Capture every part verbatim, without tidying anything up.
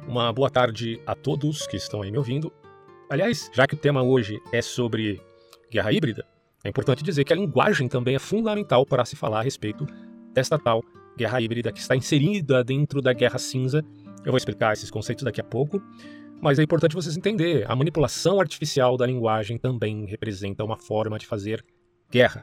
Uma boa tarde a todos que estão aí me ouvindo. Aliás, já que o tema hoje é sobre guerra híbrida, é importante dizer que a linguagem também é fundamental para se falar a respeito desta tal guerra híbrida que está inserida dentro da guerra cinza. Eu vou explicar esses conceitos daqui a pouco, mas é importante vocês entenderem. A manipulação artificial da linguagem também representa uma forma de fazer guerra.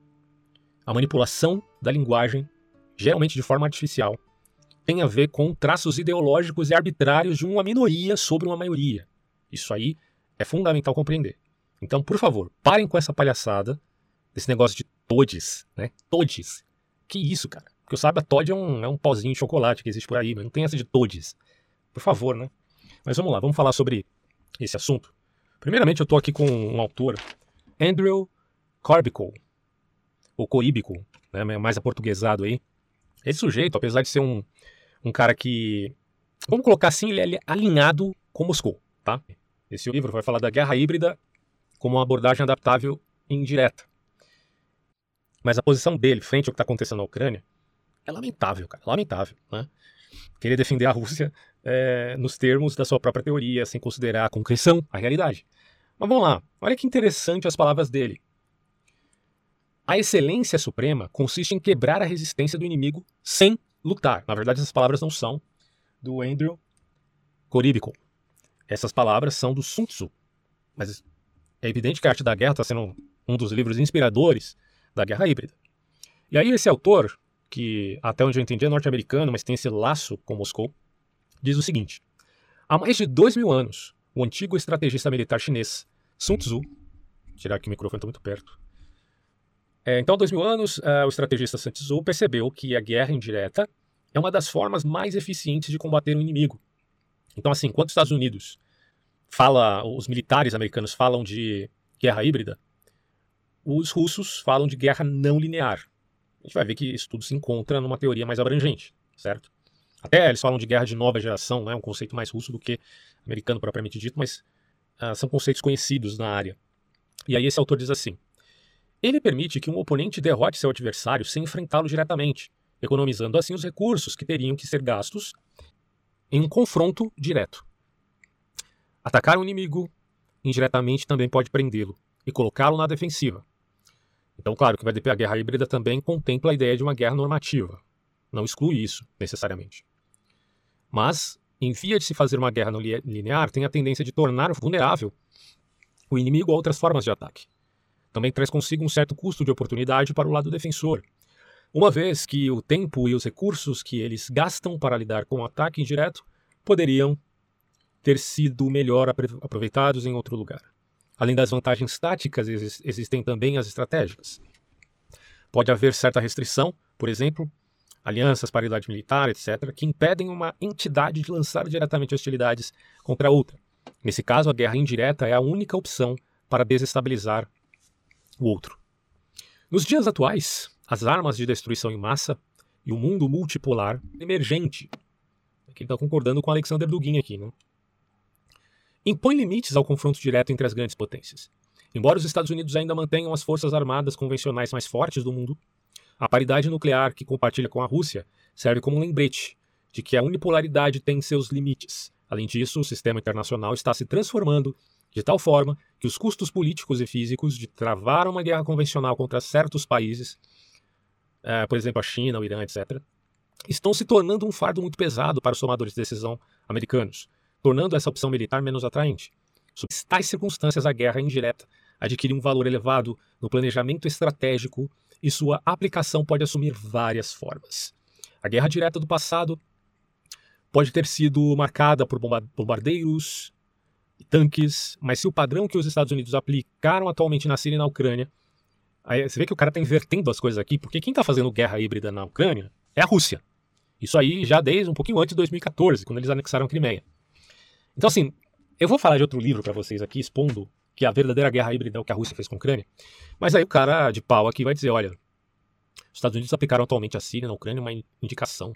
A manipulação da linguagem, geralmente de forma artificial, tem a ver com traços ideológicos e arbitrários de uma minoria sobre uma maioria. Isso aí é fundamental compreender. Então, por favor, parem com essa palhaçada, desse negócio de todes, né? Todes. Que isso, cara? Porque eu saiba, Todd é um, é um pozinho de chocolate que existe por aí, mas não tem essa de todes. Por favor, né? Mas vamos lá, vamos falar sobre esse assunto. Primeiramente, eu estou aqui com um autor, Andrew Carmichael, ou Coibico, né? Mais aportuguesado aí. Esse sujeito, apesar de ser um, um cara que, vamos colocar assim, ele é alinhado com Moscou, tá? Esse livro vai falar da guerra híbrida como uma abordagem adaptável e indireta. Mas a posição dele frente ao que está acontecendo na Ucrânia é lamentável, cara, lamentável, né? Querer defender a Rússia é, nos termos da sua própria teoria, sem considerar a concreção, a realidade. Mas vamos lá, olha que interessante as palavras dele. A excelência suprema consiste em quebrar a resistência do inimigo sem lutar. Na verdade, essas palavras não são do Andrew Coibico. Essas palavras são do Sun Tzu. Mas é evidente que a Arte da Guerra está sendo um dos livros inspiradores da guerra híbrida. E aí esse autor, que até onde eu entendi é norte-americano, mas tem esse laço com Moscou, diz o seguinte: há mais de dois mil anos, o antigo estrategista militar chinês Sun Tzu, vou tirar aqui o microfone, estou muito perto. É, então, há dois mil anos, uh, o estrategista Sun Tzu percebeu que a guerra indireta é uma das formas mais eficientes de combater o inimigo. Então, assim, enquanto os Estados Unidos fala, os militares americanos falam de guerra híbrida, os russos falam de guerra não linear. A gente vai ver que isso tudo se encontra numa teoria mais abrangente, certo? Até eles falam de guerra de nova geração, né? Um conceito mais russo do que americano propriamente dito, mas uh, são conceitos conhecidos na área. E aí esse autor diz assim: ele permite que um oponente derrote seu adversário sem enfrentá-lo diretamente, economizando assim os recursos que teriam que ser gastos em um confronto direto. Atacar o inimigo indiretamente também pode prendê-lo e colocá-lo na defensiva. Então, claro que vai depender, a guerra híbrida também contempla a ideia de uma guerra normativa. Não exclui isso, necessariamente. Mas, em via de se fazer uma guerra não linear, tem a tendência de tornar vulnerável o inimigo a outras formas de ataque. Também traz consigo um certo custo de oportunidade para o lado defensor, uma vez que o tempo e os recursos que eles gastam para lidar com o ataque indireto poderiam ter sido melhor aproveitados em outro lugar. Além das vantagens táticas, existem também as estratégicas. Pode haver certa restrição, por exemplo, alianças, paridade militar, etcétera, que impedem uma entidade de lançar diretamente hostilidades contra outra. Nesse caso, a guerra indireta é a única opção para desestabilizar o outro. Nos dias atuais, as armas de destruição em massa e o mundo multipolar emergente, aqui ele está concordando com Alexander Dugin aqui, né? Impõe limites ao confronto direto entre as grandes potências. Embora os Estados Unidos ainda mantenham as forças armadas convencionais mais fortes do mundo, a paridade nuclear que compartilha com a Rússia serve como um lembrete de que a unipolaridade tem seus limites. Além disso, o sistema internacional está se transformando de tal forma que os custos políticos e físicos de travar uma guerra convencional contra certos países, é, por exemplo a China, o Irã, etcétera, estão se tornando um fardo muito pesado para os tomadores de decisão americanos, tornando essa opção militar menos atraente. Sob tais circunstâncias, a guerra indireta adquire um valor elevado no planejamento estratégico e sua aplicação pode assumir várias formas. A guerra direta do passado pode ter sido marcada por bombardeiros e tanques, mas se o padrão que os Estados Unidos aplicaram atualmente na Síria e na Ucrânia, aí você vê que o cara está invertendo as coisas aqui, porque quem está fazendo guerra híbrida na Ucrânia é a Rússia. Isso aí já desde um pouquinho antes de dois mil e quatorze, quando eles anexaram a Crimeia. Então, assim, eu vou falar de outro livro para vocês aqui, expondo que a verdadeira guerra híbrida é o que a Rússia fez com a Ucrânia, mas aí o cara de pau aqui vai dizer, olha, os Estados Unidos aplicaram atualmente a Síria e na Ucrânia uma indicação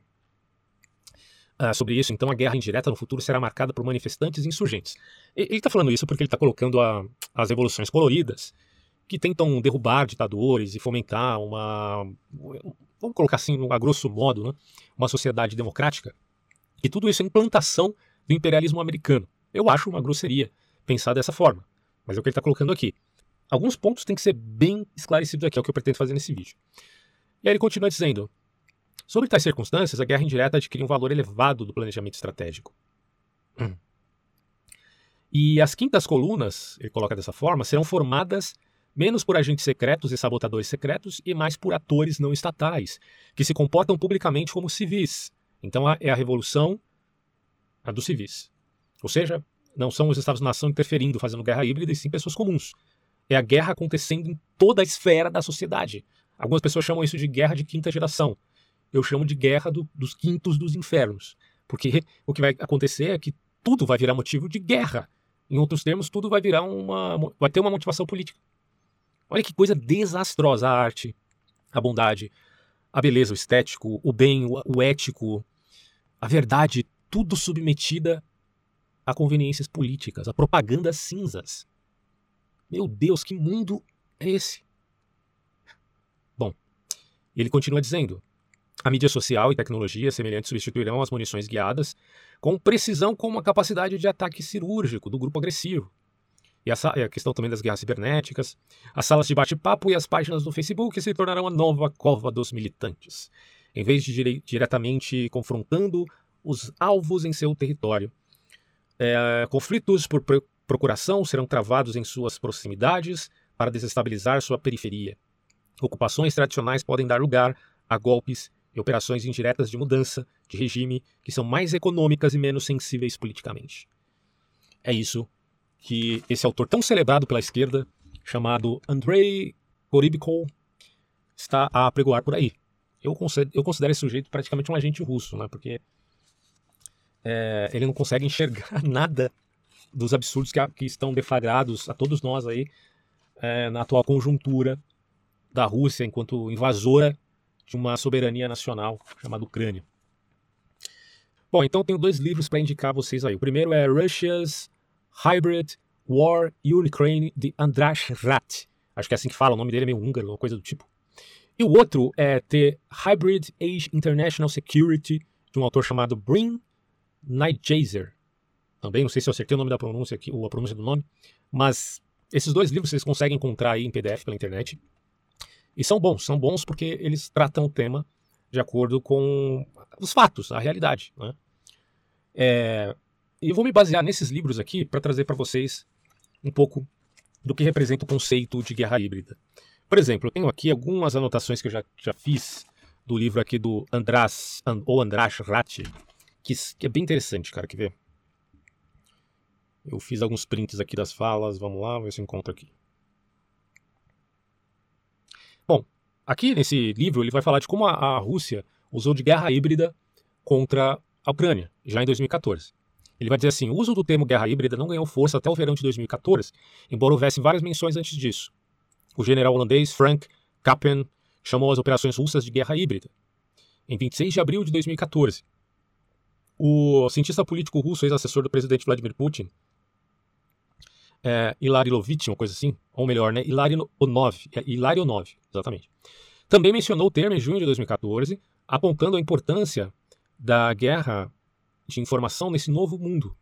uh, sobre isso, então a guerra indireta no futuro será marcada por manifestantes e insurgentes. Ele está falando isso porque ele está colocando a, as revoluções coloridas, que tentam derrubar ditadores e fomentar uma, vamos colocar assim, a grosso modo, né, uma sociedade democrática, e tudo isso é implantação do imperialismo americano. Eu acho uma grosseria pensar dessa forma, mas é o que ele está colocando aqui. Alguns pontos têm que ser bem esclarecidos aqui, é o que eu pretendo fazer nesse vídeo. E aí ele continua dizendo: sobre tais circunstâncias, a guerra indireta adquire um valor elevado do planejamento estratégico. Hum. E as quintas colunas, ele coloca dessa forma, serão formadas menos por agentes secretos e sabotadores secretos e mais por atores não estatais, que se comportam publicamente como civis. Então é a revolução a dos civis. Ou seja, não são os Estados-nação interferindo, fazendo guerra híbrida, e sim pessoas comuns. É a guerra acontecendo em toda a esfera da sociedade. Algumas pessoas chamam isso de guerra de quinta geração. Eu chamo de guerra do, dos quintos dos infernos. Porque o que vai acontecer é que tudo vai virar motivo de guerra. Em outros termos, tudo vai virar uma... vai ter uma motivação política. Olha que coisa desastrosa a arte, a bondade, a beleza, o estético, o bem, o, o ético, a verdade, tudo submetida a conveniências políticas, a propagandas cinzas. Meu Deus, que mundo é esse? Bom, ele continua dizendo: a mídia social e tecnologia semelhantes substituirão as munições guiadas com precisão como a capacidade de ataque cirúrgico do grupo agressivo. E a, a questão também das guerras cibernéticas, as salas de bate-papo e as páginas do Facebook se tornarão a nova cova dos militantes, em vez de dire diretamente confrontando os alvos em seu território. É, conflitos por pro procuração serão travados em suas proximidades para desestabilizar sua periferia. Ocupações tradicionais podem dar lugar a golpes e operações indiretas de mudança de regime que são mais econômicas e menos sensíveis politicamente. É isso que esse autor tão celebrado pela esquerda, chamado Andrei Korybkov, está a apregoar por aí. Eu considero, eu considero esse sujeito praticamente um agente russo, né? Porque é, ele não consegue enxergar nada dos absurdos que, que estão deflagrados a todos nós aí é, na atual conjuntura da Rússia enquanto invasora de uma soberania nacional chamada Ucrânia. Bom, então eu tenho dois livros para indicar a vocês aí. O primeiro é Russia's Hybrid War in Ukraine, de András Rat. Acho que é assim que fala, o nome dele é meio húngaro, uma coisa do tipo. E o outro é The Hybrid Age International Security, de um autor chamado Brin Nijzer. Também não sei se eu acertei o nome da pronúncia aqui, ou a pronúncia do nome, mas esses dois livros vocês conseguem encontrar aí em P D F pela internet. E são bons, são bons porque eles tratam o tema de acordo com os fatos, a realidade, né? É... E eu vou me basear nesses livros aqui para trazer para vocês um pouco do que representa o conceito de guerra híbrida. Por exemplo, eu tenho aqui algumas anotações que eu já, já fiz do livro aqui do András, ou András Rat, que, que é bem interessante, cara, quer ver? Eu fiz alguns prints aqui das falas, vamos lá, ver se eu encontro aqui. Bom, aqui nesse livro ele vai falar de como a, a Rússia usou de guerra híbrida contra a Ucrânia, já em dois mil e quatorze. Ele vai dizer assim: o uso do termo guerra híbrida não ganhou força até o verão de dois mil e quatorze, embora houvesse várias menções antes disso. O general holandês Frank Kappen chamou as operações russas de guerra híbrida. Em vinte e seis de abril de dois mil e quatorze, o cientista político russo, ex-assessor do presidente Vladimir Putin, é, Ilarilovich, uma coisa assim, ou melhor, né, Ilarionov, é, Ilarionov, exatamente, também mencionou o termo em junho de dois mil e quatorze, apontando a importância da guerra de informação nesse novo mundo.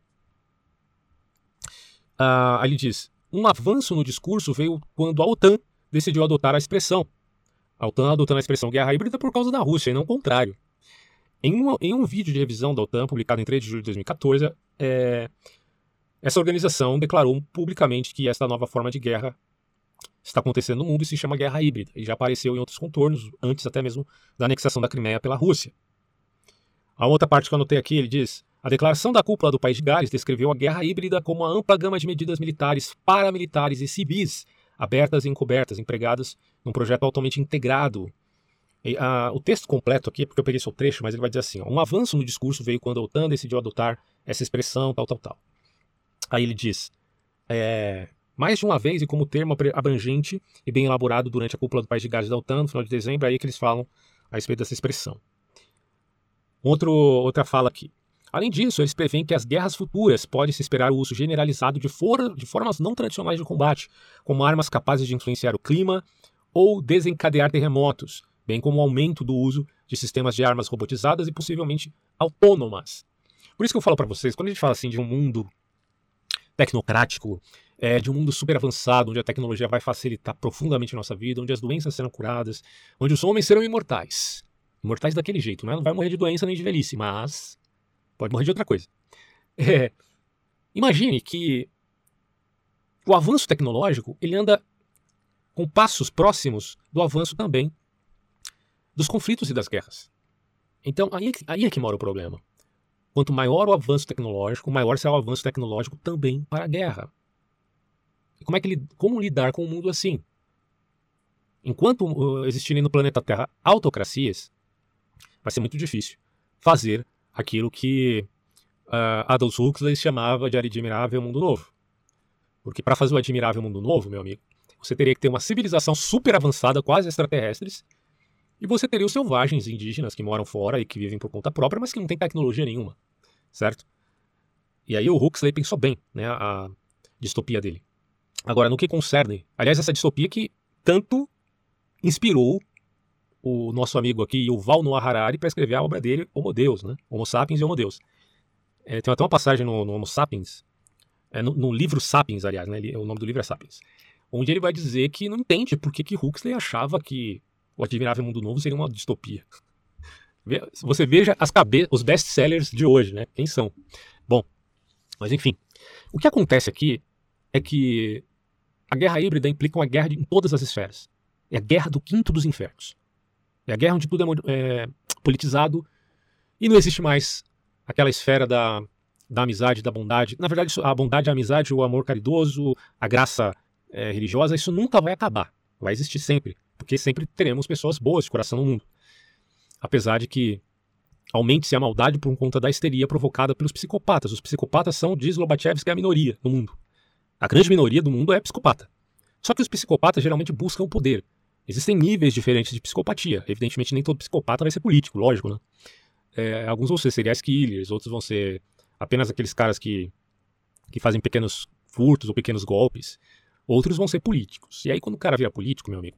Ah, ele diz: um avanço no discurso veio quando a OTAN decidiu adotar a expressão. A OTAN adotando a expressão guerra híbrida por causa da Rússia, e não o contrário. Em, uma, em um vídeo de revisão da OTAN, publicado em três de julho de dois mil e quatorze, é, essa organização declarou publicamente que esta nova forma de guerra está acontecendo no mundo e se chama guerra híbrida, e já apareceu em outros contornos, antes até mesmo da anexação da Crimeia pela Rússia. A outra parte que eu anotei aqui, ele diz: a declaração da cúpula do País de Gales descreveu a guerra híbrida como uma ampla gama de medidas militares, paramilitares e civis, abertas e encobertas, empregadas num projeto altamente integrado. E, a, o texto completo aqui, porque eu peguei só o trecho, mas ele vai dizer assim: ó, um avanço no discurso veio quando a OTAN decidiu adotar essa expressão, tal, tal, tal. Aí ele diz: é, mais de uma vez, e como termo abrangente e bem elaborado durante a cúpula do País de Gales da OTAN, no final de dezembro, é aí que eles falam a respeito dessa expressão. Outro, outra fala aqui. Além disso, eles preveem que as guerras futuras podem se esperar o uso generalizado de, for de formas não tradicionais de combate, como armas capazes de influenciar o clima ou desencadear terremotos, bem como o aumento do uso de sistemas de armas robotizadas e possivelmente autônomas. Por isso que eu falo para vocês, quando a gente fala assim de um mundo tecnocrático, é, de um mundo super avançado, onde a tecnologia vai facilitar profundamente a nossa vida, onde as doenças serão curadas, onde os homens serão imortais. Imortais daquele jeito, né? Não vai morrer de doença nem de velhice, mas pode morrer de outra coisa. É, imagine que o avanço tecnológico ele anda com passos próximos do avanço também dos conflitos e das guerras. Então, aí, aí é que mora o problema. Quanto maior o avanço tecnológico, maior será o avanço tecnológico também para a guerra. E como, é que, como lidar com um mundo assim? Enquanto uh, existirem no planeta Terra autocracias, vai ser muito difícil fazer aquilo que uh, Aldous Huxley chamava de Admirável Mundo Novo. Porque para fazer o Admirável Mundo Novo, meu amigo, você teria que ter uma civilização super avançada, quase extraterrestres, e você teria os selvagens indígenas que moram fora e que vivem por conta própria, mas que não têm tecnologia nenhuma, certo? E aí o Huxley pensou bem, né, a distopia dele. Agora, no que concerne, aliás, essa distopia que tanto inspirou o nosso amigo aqui, Yuval Noah Harari, para escrever a obra dele, Homo Deus, né? Homo Sapiens e Homo Deus. É, tem até uma passagem no, no Homo Sapiens, é, no, no livro Sapiens, aliás, né? Ele, o nome do livro é Sapiens, onde ele vai dizer que não entende por que, que Huxley achava que o Admirável Mundo Novo seria uma distopia. Você veja as cabe- os best-sellers de hoje, né? Quem são? Bom, mas enfim. O que acontece aqui é que a guerra híbrida implica uma guerra em todas as esferas. É a guerra do quinto dos infernos. É a guerra onde tudo é, é politizado e não existe mais aquela esfera da, da amizade, da bondade. Na verdade, a bondade, a amizade, o amor caridoso, a graça é, religiosa, isso nunca vai acabar. Vai existir sempre. Porque sempre teremos pessoas boas de coração no mundo. Apesar de que aumente-se a maldade por conta da histeria provocada pelos psicopatas. Os psicopatas são, diz Lobachevsky, a minoria no mundo. A grande minoria do mundo é psicopata. Só que os psicopatas geralmente buscam o poder. Existem níveis diferentes de psicopatia. Evidentemente, nem todo psicopata vai ser político, lógico, né? É, alguns vão ser serial killers, outros vão ser apenas aqueles caras que, que fazem pequenos furtos ou pequenos golpes. Outros vão ser políticos. E aí, quando o cara vira político, meu amigo,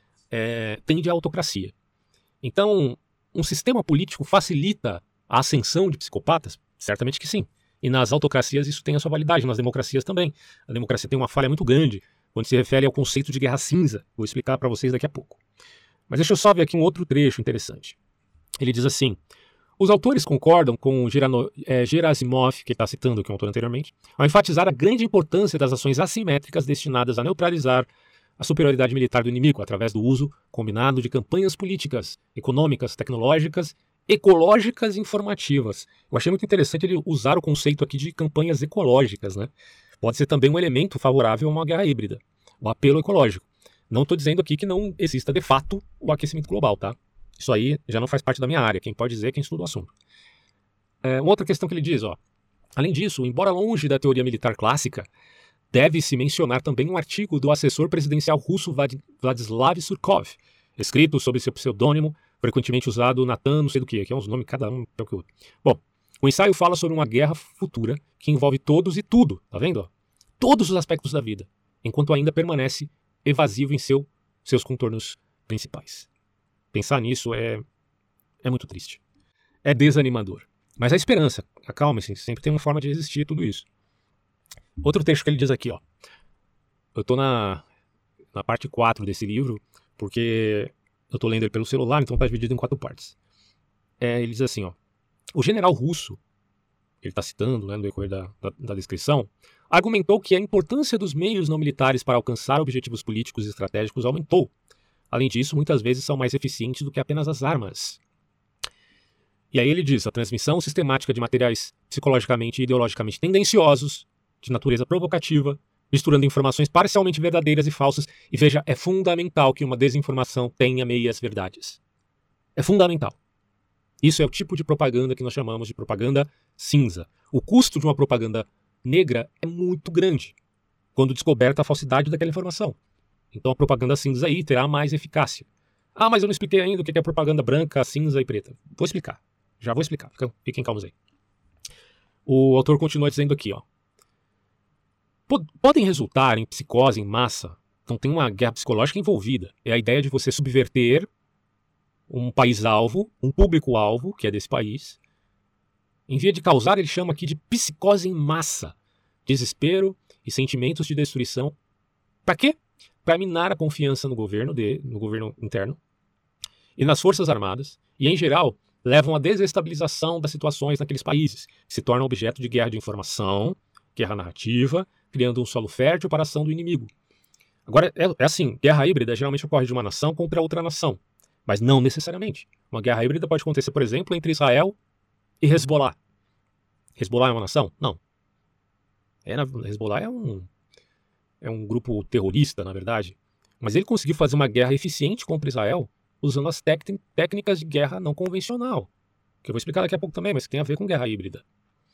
É, tende à autocracia. Então, um sistema político facilita a ascensão de psicopatas? Certamente que sim. E nas autocracias isso tem a sua validade, nas democracias também. A democracia tem uma falha muito grande quando se refere ao conceito de guerra cinza. Vou explicar para vocês daqui a pouco. Mas deixa eu só ver aqui um outro trecho interessante. Ele diz assim: os autores concordam com Gerano, é, Gerasimov, que está citando aqui o autor anteriormente, ao enfatizar a grande importância das ações assimétricas destinadas a neutralizar a superioridade militar do inimigo através do uso combinado de campanhas políticas, econômicas, tecnológicas, ecológicas e informativas. Eu achei muito interessante ele usar o conceito aqui de campanhas ecológicas, né? Pode ser também um elemento favorável a uma guerra híbrida, o apelo ecológico. Não estou dizendo aqui que não exista de fato o aquecimento global, tá? Isso aí já não faz parte da minha área. Quem pode dizer é quem estuda o assunto. É, uma outra questão que ele diz, ó. Além disso, embora longe da teoria militar clássica, deve-se mencionar também um artigo do assessor presidencial russo Vladislav Surkov, escrito sob seu pseudônimo, frequentemente usado Natan, não sei do que, aqui é uns nomes cada um é o que outro. Bom, o ensaio fala sobre uma guerra futura que envolve todos e tudo, tá vendo? Ó? Todos os aspectos da vida, enquanto ainda permanece evasivo em seu, seus contornos principais. Pensar nisso é, é muito triste. É desanimador. Mas a esperança, acalme-se, sempre tem uma forma de resistir a tudo isso. Outro texto que ele diz aqui, ó. Eu tô na, na parte quatro desse livro, porque eu tô lendo ele pelo celular, então tá dividido em quatro partes. É, ele diz assim, ó. O general russo, ele tá citando, né, no decorrer da, da, da descrição, argumentou que a importância dos meios não militares para alcançar objetivos políticos e estratégicos aumentou. Além disso, muitas vezes são mais eficientes do que apenas as armas. E aí ele diz, a transmissão sistemática de materiais psicologicamente e ideologicamente tendenciosos, de natureza provocativa, misturando informações parcialmente verdadeiras e falsas. E veja, é fundamental que uma desinformação tenha meias verdades. É fundamental. Isso é o tipo de propaganda que nós chamamos de propaganda cinza. O custo de uma propaganda negra é muito grande quando descoberta a falsidade daquela informação. Então a propaganda cinza aí terá mais eficácia. Ah, mas eu não expliquei ainda o que é propaganda branca, cinza e preta. Vou explicar. Já vou explicar. Fiquem calmos aí. O autor continua dizendo aqui, ó. Podem resultar em psicose em massa. Então tem uma guerra psicológica envolvida. É a ideia de você subverter um país-alvo, um público-alvo, que é desse país, Em vez de causar, ele chama aqui de psicose em massa, desespero e sentimentos de destruição. Para quê? Para minar a confiança no governo, de, no governo interno e nas forças armadas, e em geral levam à desestabilização das situações naqueles países, que se tornam objeto de guerra de informação, guerra narrativa, criando um solo fértil para a ação do inimigo. Agora, é, é assim, guerra híbrida geralmente ocorre de uma nação contra outra nação, mas não necessariamente. Uma guerra híbrida pode acontecer, por exemplo, entre Israel e Hezbollah. Hezbollah é uma nação? Não. É, Hezbollah é um, é um grupo terrorista, na verdade, mas ele conseguiu fazer uma guerra eficiente contra Israel usando as técnicas de guerra não convencional, que eu vou explicar daqui a pouco também, mas que tem a ver com guerra híbrida.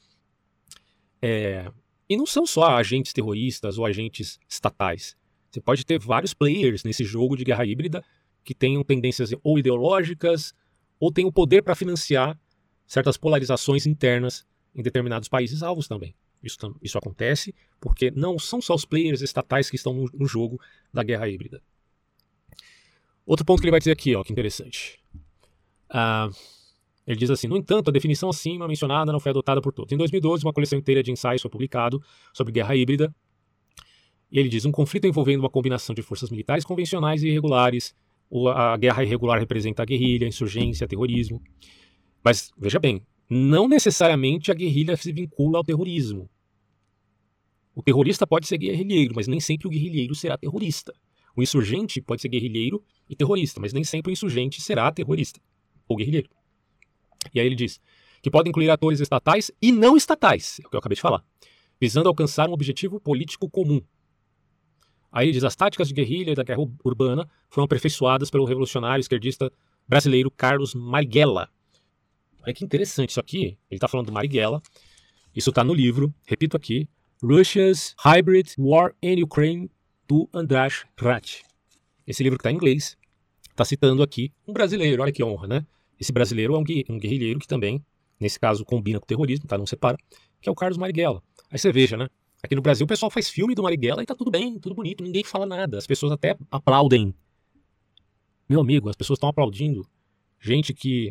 É, e não são só agentes terroristas ou agentes estatais. Você pode ter vários players nesse jogo de guerra híbrida que tenham tendências ou ideológicas ou têm o poder para financiar certas polarizações internas em determinados países alvos também. Isso, isso acontece porque não são só os players estatais que estão no, no jogo da guerra híbrida. Outro ponto que ele vai dizer aqui, ó, que interessante. Ah, ele diz assim, no entanto, a definição acima mencionada não foi adotada por todos. Em dois mil e doze, uma coleção inteira de ensaios foi publicado sobre guerra híbrida. E ele diz, um conflito envolvendo uma combinação de forças militares convencionais e irregulares. A guerra irregular representa a guerrilha, a insurgência, o terrorismo. Mas, veja bem, não necessariamente a guerrilha se vincula ao terrorismo. O terrorista pode ser guerrilheiro, mas nem sempre o guerrilheiro será terrorista. O insurgente pode ser guerrilheiro e terrorista, mas nem sempre o insurgente será terrorista ou guerrilheiro. E aí ele diz que pode incluir atores estatais e não estatais, é o que eu acabei de falar, visando alcançar um objetivo político comum. Aí ele diz, as táticas de guerrilha e da guerra urbana foram aperfeiçoadas pelo revolucionário esquerdista brasileiro Carlos Marighella. Olha que interessante isso aqui, ele está falando do Marighella, isso está no livro, repito aqui, Russia's Hybrid War in Ukraine, do András Hrach. Esse livro que está em inglês, está citando aqui um brasileiro, olha que honra, né? Esse brasileiro é um, um guerrilheiro que também, nesse caso, combina com o terrorismo, tá? Não separa, que é o Carlos Marighella. Aí você veja, né? Aqui no Brasil o pessoal faz filme do Marighella e tá tudo bem, tudo bonito, ninguém fala nada. As pessoas até aplaudem. Meu amigo, as pessoas estão aplaudindo gente que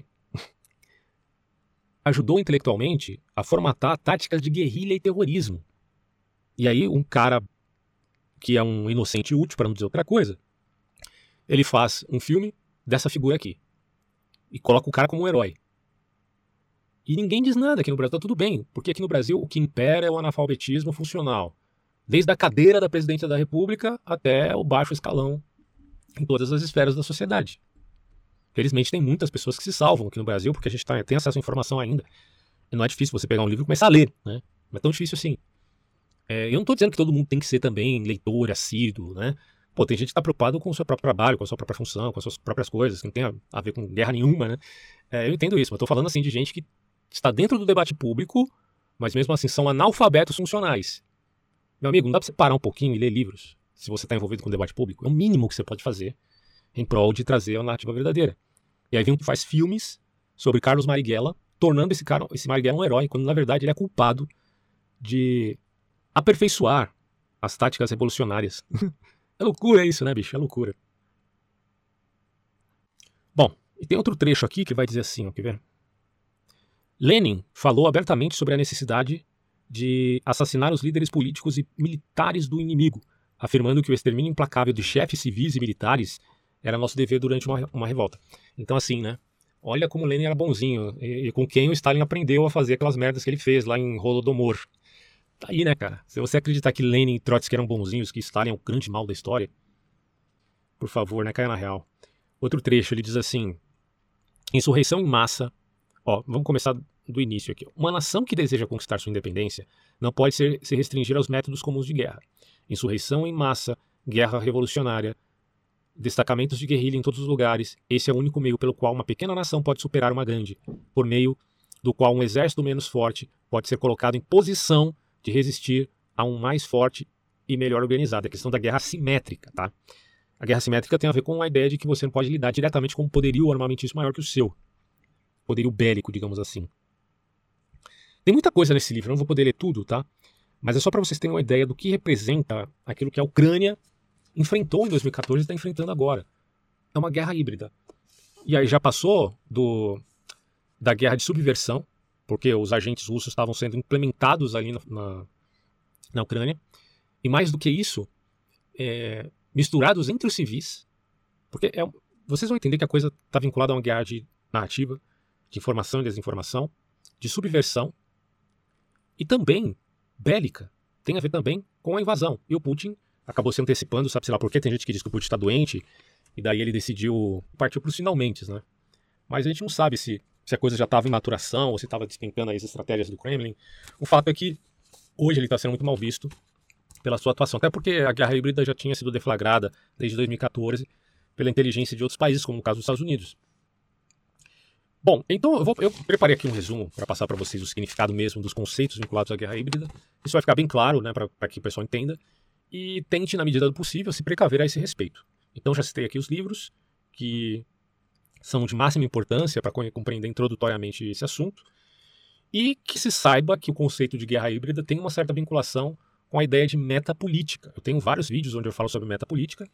ajudou intelectualmente a formatar táticas de guerrilha e terrorismo. E aí um cara que é um inocente útil, para não dizer outra coisa, ele faz um filme dessa figura aqui. E coloca o cara como um herói. E ninguém diz nada aqui no Brasil, tá tudo bem, porque aqui no Brasil o que impera é o analfabetismo funcional. Desde a cadeira da presidência da República até o baixo escalão em todas as esferas da sociedade. Felizmente tem muitas pessoas que se salvam aqui no Brasil, porque a gente tá, tem acesso à informação ainda. E não é difícil você pegar um livro e começar a ler, né? Não é tão difícil assim. É, eu não estou dizendo que todo mundo tem que ser também leitor, assíduo, né? Pô, tem gente que está preocupado com o seu próprio trabalho, com a sua própria função, com as suas próprias coisas, que não tem a, a ver com guerra nenhuma, né? É, eu entendo isso, mas estou falando assim de gente que está dentro do debate público, mas mesmo assim são analfabetos funcionais. Meu amigo, não dá para você parar um pouquinho e ler livros se você está envolvido com o debate público? É o mínimo que você pode fazer em prol de trazer a narrativa verdadeira. E aí vem um que faz filmes sobre Carlos Marighella, tornando esse, cara, esse Marighella um herói, quando na verdade ele é culpado de aperfeiçoar as táticas revolucionárias. É loucura isso, né, bicho? É loucura. Bom, e tem outro trecho aqui que vai dizer assim, ó, quer ver? Lenin falou abertamente sobre a necessidade de assassinar os líderes políticos e militares do inimigo, afirmando que o extermínio implacável de chefes civis e militares era nosso dever durante uma, uma revolta. Então assim, né? Olha como Lenin era bonzinho, e, e com quem o Stalin aprendeu a fazer aquelas merdas que ele fez lá em Holodomor. Tá aí, né, cara? Se você acreditar que Lenin e Trotsky eram bonzinhos, que Stalin é o grande mal da história, por favor, né, caia na real. Outro trecho, ele diz assim, insurreição em massa, ó, vamos começar do início aqui. Uma nação que deseja conquistar sua independência não pode ser, se restringir aos métodos comuns de guerra. Insurreição em massa, guerra revolucionária, destacamentos de guerrilha em todos os lugares, esse é o único meio pelo qual uma pequena nação pode superar uma grande, por meio do qual um exército menos forte pode ser colocado em posição de resistir a um mais forte e melhor organizado. É a questão da guerra assimétrica, tá? A guerra assimétrica tem a ver com a ideia de que você não pode lidar diretamente com um poderio armamentício maior que o seu. Poderio bélico, digamos assim. Tem muita coisa nesse livro, eu não vou poder ler tudo, tá? Mas é só para vocês terem uma ideia do que representa aquilo que a Ucrânia enfrentou em dois mil e quatorze e está enfrentando agora. É uma guerra híbrida. E aí já passou do, da guerra de subversão, porque os agentes russos estavam sendo implementados ali na, na, na Ucrânia. E mais do que isso, é, misturados entre os civis, porque é, vocês vão entender que a coisa está vinculada a uma guerra de narrativa, de informação e desinformação, de subversão, e também bélica. Tem a ver também com a invasão. E o Putin acabou se antecipando, sabe-se lá por quê? Tem gente que diz que o Putin está doente, e daí ele decidiu partir para os finalmente, né? Mas a gente não sabe se, se a coisa já estava em maturação, ou se estava despencando as estratégias do Kremlin. O fato é que hoje ele está sendo muito mal visto pela sua atuação, até porque a guerra híbrida já tinha sido deflagrada desde dois mil e quatorze pela inteligência de outros países, como no caso dos Estados Unidos. Bom, então eu, vou, eu preparei aqui um resumo para passar para vocês o significado mesmo dos conceitos vinculados à guerra híbrida. Isso vai ficar bem claro, né, para que o pessoal entenda. E tente, na medida do possível, se precaver a esse respeito. Então já citei aqui os livros que são de máxima importância para compreender introdutoriamente esse assunto. E que se saiba que o conceito de guerra híbrida tem uma certa vinculação com a ideia de metapolítica. Eu tenho vários vídeos onde eu falo sobre metapolítica,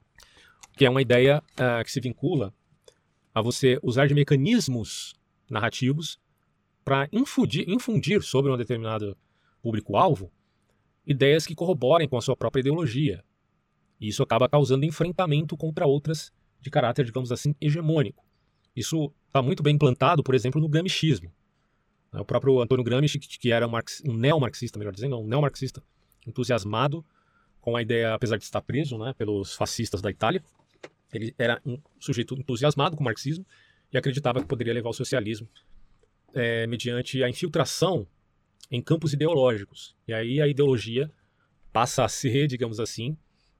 que é uma ideia uh, que se vincula a você usar de mecanismos narrativos para infundir, infundir sobre um determinado público-alvo ideias que corroborem com a sua própria ideologia. E isso acaba causando enfrentamento contra outras de caráter, digamos assim, hegemônico. Isso está muito bem implantado, por exemplo, no gramscismo. O próprio Antônio Gramsci, que era um, marx, um neomarxista, melhor dizendo, um neomarxista entusiasmado com a ideia, apesar de estar preso, né, pelos fascistas da Itália, ele era um sujeito entusiasmado com o marxismo e acreditava que poderia levar ao socialismo é, mediante a infiltração em campos ideológicos. E aí a ideologia passa a ser, digamos assim,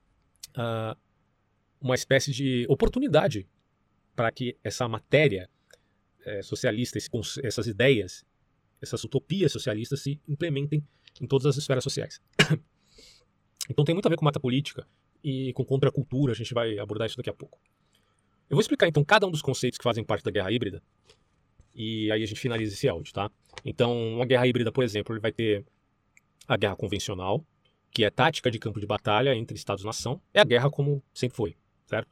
uh, uma espécie de oportunidade para que essa matéria é, socialista, esse, essas ideias, essas utopias socialistas se implementem em todas as esferas sociais. Então tem muito a ver com metapolítica e com contracultura, a gente vai abordar isso daqui a pouco. Eu vou explicar então cada um dos conceitos que fazem parte da guerra híbrida e aí a gente finaliza esse áudio, tá? Então, uma guerra híbrida, por exemplo, ele vai ter a guerra convencional, que é tática de campo de batalha entre Estados-nação. É a guerra como sempre foi, certo?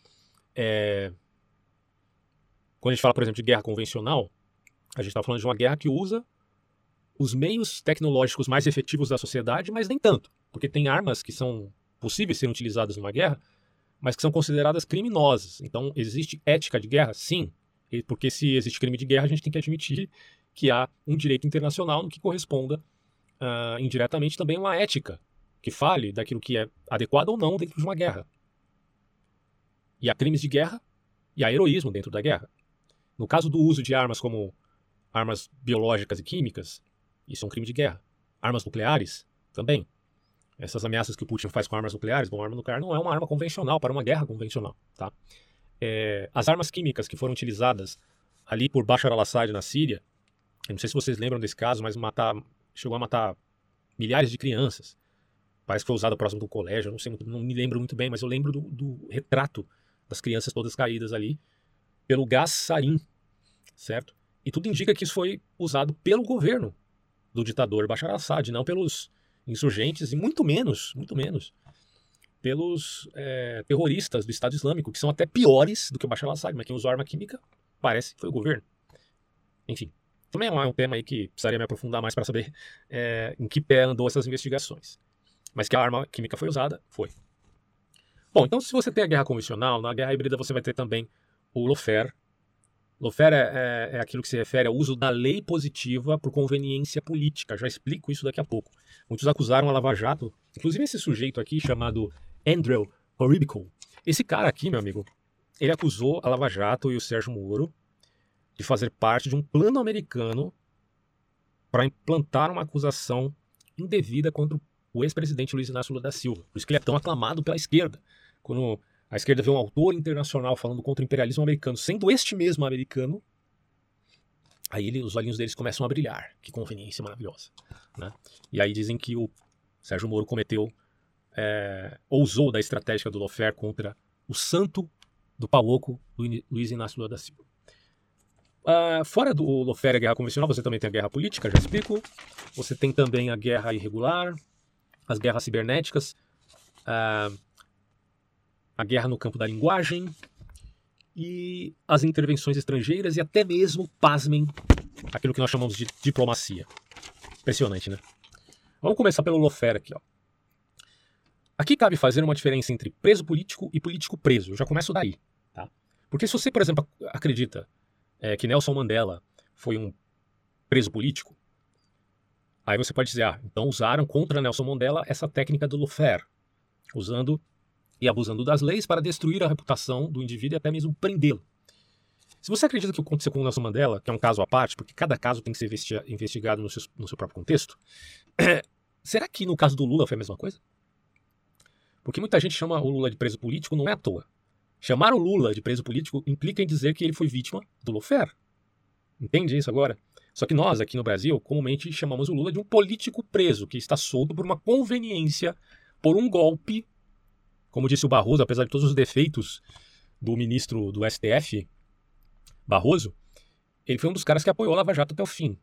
É... Quando a gente fala, por exemplo, de guerra convencional, a gente está falando de uma guerra que usa os meios tecnológicos mais efetivos da sociedade, mas nem tanto, porque tem armas que são possíveis serem utilizadas numa guerra, mas que são consideradas criminosas. Então, existe ética de guerra? Sim, porque se existe crime de guerra, a gente tem que admitir que há um direito internacional no que corresponda uh, indiretamente também uma ética que fale daquilo que é adequado ou não dentro de uma guerra. E há crimes de guerra e há heroísmo dentro da guerra. No caso do uso de armas como armas biológicas e químicas, isso é um crime de guerra. Armas nucleares, também. Essas ameaças que o Putin faz com armas nucleares, bom, arma nuclear não é uma arma convencional para uma guerra convencional, tá? É, as armas químicas que foram utilizadas ali por Bashar al-Assad na Síria, eu não sei se vocês lembram desse caso, mas matar, chegou a matar milhares de crianças. Parece que foi usada próximo do colégio, eu não, sei muito, não me lembro muito bem, mas eu lembro do, do retrato das crianças todas caídas ali pelo gás sarin, certo? E tudo indica que isso foi usado pelo governo do ditador Bashar al-Assad, não pelos insurgentes e muito menos, muito menos, pelos é, terroristas do Estado Islâmico, que são até piores do que o Bashar al-Assad, mas quem usou arma química parece que foi o governo. Enfim, também é um tema aí que precisaria me aprofundar mais para saber é, em que pé andou essas investigações. Mas que a arma química foi usada, foi. Bom, então se você tem a guerra convencional, na guerra híbrida você vai ter também o lawfare. Lawfare é, é, é aquilo que se refere ao uso da lei positiva por conveniência política. Já explico isso daqui a pouco. Muitos acusaram a Lava Jato, inclusive esse sujeito aqui chamado Andrew Horribico. Esse cara aqui, meu amigo, ele acusou a Lava Jato e o Sérgio Moro de fazer parte de um plano americano para implantar uma acusação indevida contra o ex-presidente Luiz Inácio Lula da Silva. Por isso que ele é tão aclamado pela esquerda. Quando a esquerda vê um autor internacional falando contra o imperialismo americano, sendo este mesmo americano, aí ele, os olhinhos deles começam a brilhar. Que conveniência maravilhosa, né? E aí dizem que o Sérgio Moro cometeu, é, ousou da estratégia do lawfare contra o santo do Pauoco, Luiz Inácio Lula da Silva. Uh, fora do lawfare e a guerra convencional, você também tem a guerra política, já explico. Você tem também a guerra irregular, as guerras cibernéticas, uh, a guerra no campo da linguagem e as intervenções estrangeiras e até mesmo, pasmem, aquilo que nós chamamos de diplomacia. Impressionante, né? Vamos começar pelo lawfare aqui, ó. Aqui cabe fazer uma diferença entre preso político e político preso. Eu já começo daí, tá? Porque se você, por exemplo, acredita é, que Nelson Mandela foi um preso político, aí você pode dizer, ah, então usaram contra Nelson Mandela essa técnica do lawfare, usando e abusando das leis para destruir a reputação do indivíduo e até mesmo prendê-lo. Se você acredita que o que aconteceu com o Nelson Mandela, que é um caso à parte, porque cada caso tem que ser investigado no seu, no seu próprio contexto, será que no caso do Lula foi a mesma coisa? Porque muita gente chama o Lula de preso político, não é à toa. Chamar o Lula de preso político implica em dizer que ele foi vítima do lawfare. Entende isso agora? Só que nós, aqui no Brasil, comumente chamamos o Lula de um político preso, que está solto por uma conveniência, por um golpe. Como disse o Barroso, apesar de todos os defeitos do ministro do S T F, Barroso, ele foi um dos caras que apoiou a Lava Jato até o fim.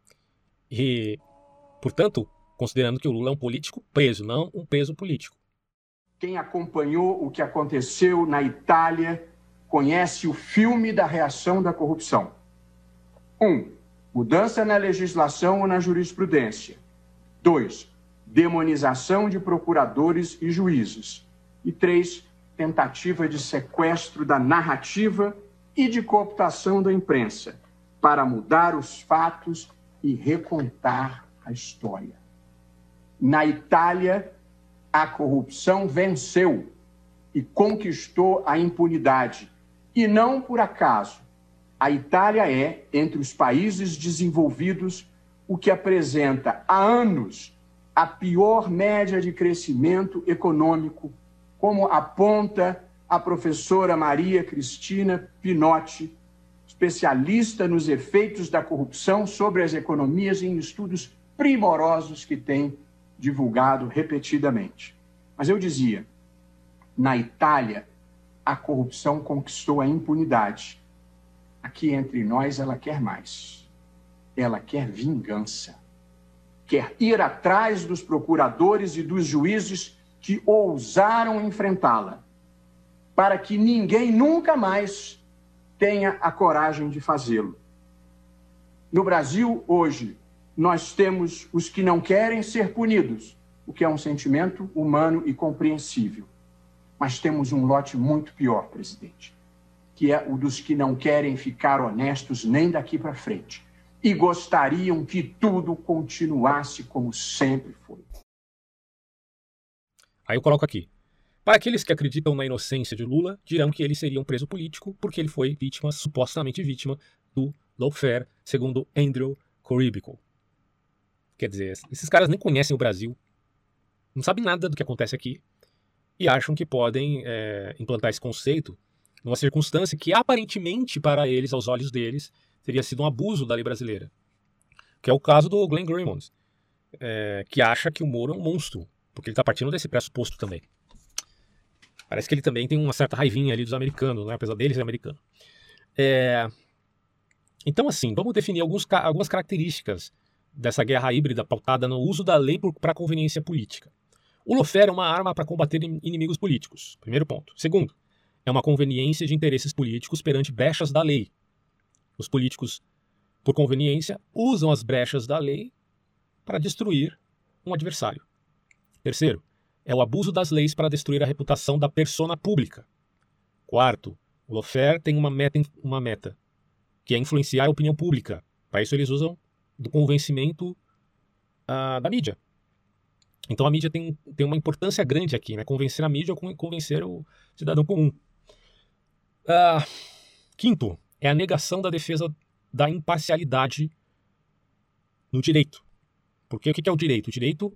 E, portanto, considerando que o Lula é um político preso, não um preso político. Quem acompanhou o que aconteceu na Itália conhece o filme da reação da corrupção. Um, mudança na legislação ou na jurisprudência. Dois, demonização de procuradores e juízes. E três, tentativa de sequestro da narrativa e de cooptação da imprensa para mudar os fatos e recontar a história. Na Itália, a corrupção venceu e conquistou a impunidade. E não por acaso. A Itália é, entre os países desenvolvidos, o que apresenta há anos a pior média de crescimento econômico, como aponta a professora Maria Cristina Pinotti, especialista nos efeitos da corrupção sobre as economias em estudos primorosos que tem divulgado repetidamente. Mas eu dizia, na Itália, a corrupção conquistou a impunidade. Aqui entre nós, ela quer mais. Ela quer vingança. Quer ir atrás dos procuradores e dos juízes que ousaram enfrentá-la, para que ninguém nunca mais tenha a coragem de fazê-lo. No Brasil, hoje, nós temos os que não querem ser punidos, o que é um sentimento humano e compreensível. Mas temos um lote muito pior, presidente, que é o dos que não querem ficar honestos nem daqui para frente e gostariam que tudo continuasse como sempre foi. Aí eu coloco aqui. Para aqueles que acreditam na inocência de Lula, dirão que ele seria um preso político porque ele foi vítima, supostamente vítima, do lawfare, segundo Andrew Korybico. Quer dizer, esses caras nem conhecem o Brasil, não sabem nada do que acontece aqui e acham que podem é, implantar esse conceito numa circunstância que aparentemente para eles, aos olhos deles, teria sido um abuso da lei brasileira. Que é o caso do Glenn Greenwald, é, que acha que o Moro é um monstro, porque ele está partindo desse pressuposto também. Parece que ele também tem uma certa raivinha ali dos americanos, né? Apesar dele ser americano. É... Então, assim, vamos definir alguns, algumas características dessa guerra híbrida pautada no uso da lei para conveniência política. O lawfare é uma arma para combater inimigos políticos. Primeiro ponto. Segundo, é uma conveniência de interesses políticos perante brechas da lei. Os políticos, por conveniência, usam as brechas da lei para destruir um adversário. Terceiro, é o abuso das leis para destruir a reputação da persona pública. Quarto, o lawfare tem uma meta, uma meta, que é influenciar a opinião pública. Para isso eles usam do convencimento uh, da mídia. Então a mídia tem, tem uma importância grande aqui, né? Convencer a mídia ou convencer o cidadão comum. Uh, quinto, é a negação da defesa da imparcialidade no direito. Porque o que é o direito? O direito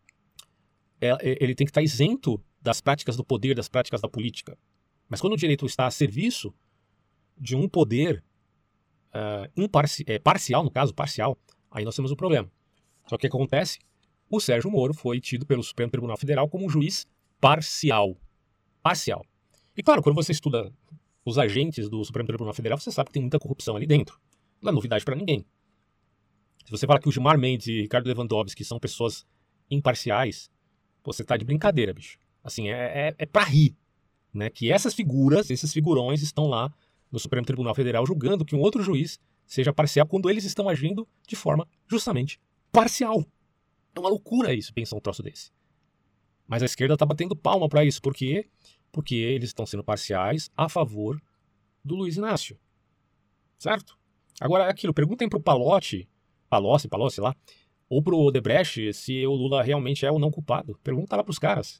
é, ele tem que estar isento das práticas do poder, das práticas da política. Mas quando o direito está a serviço de um poder uh, imparci é, parcial, no caso, parcial, aí nós temos um problema. Só que o que acontece? O Sérgio Moro foi tido pelo Supremo Tribunal Federal como um juiz parcial. Parcial. E claro, quando você estuda os agentes do Supremo Tribunal Federal, você sabe que tem muita corrupção ali dentro. Não é novidade para ninguém. Se você fala que o Gilmar Mendes e Ricardo Lewandowski são pessoas imparciais, você tá de brincadeira, bicho. Assim, é, é, é pra rir, né? Que essas figuras, esses figurões estão lá no Supremo Tribunal Federal julgando que um outro juiz seja parcial quando eles estão agindo de forma justamente parcial. É uma loucura isso, pensar um troço desse. Mas a esquerda está batendo palma para isso. Por quê? Porque eles estão sendo parciais a favor do Luiz Inácio. Certo? Agora, é aquilo, perguntem pro Palocci, Palocci, Palocci lá, ou pro Odebrecht se o Lula realmente é ou não culpado. Pergunta lá pros caras.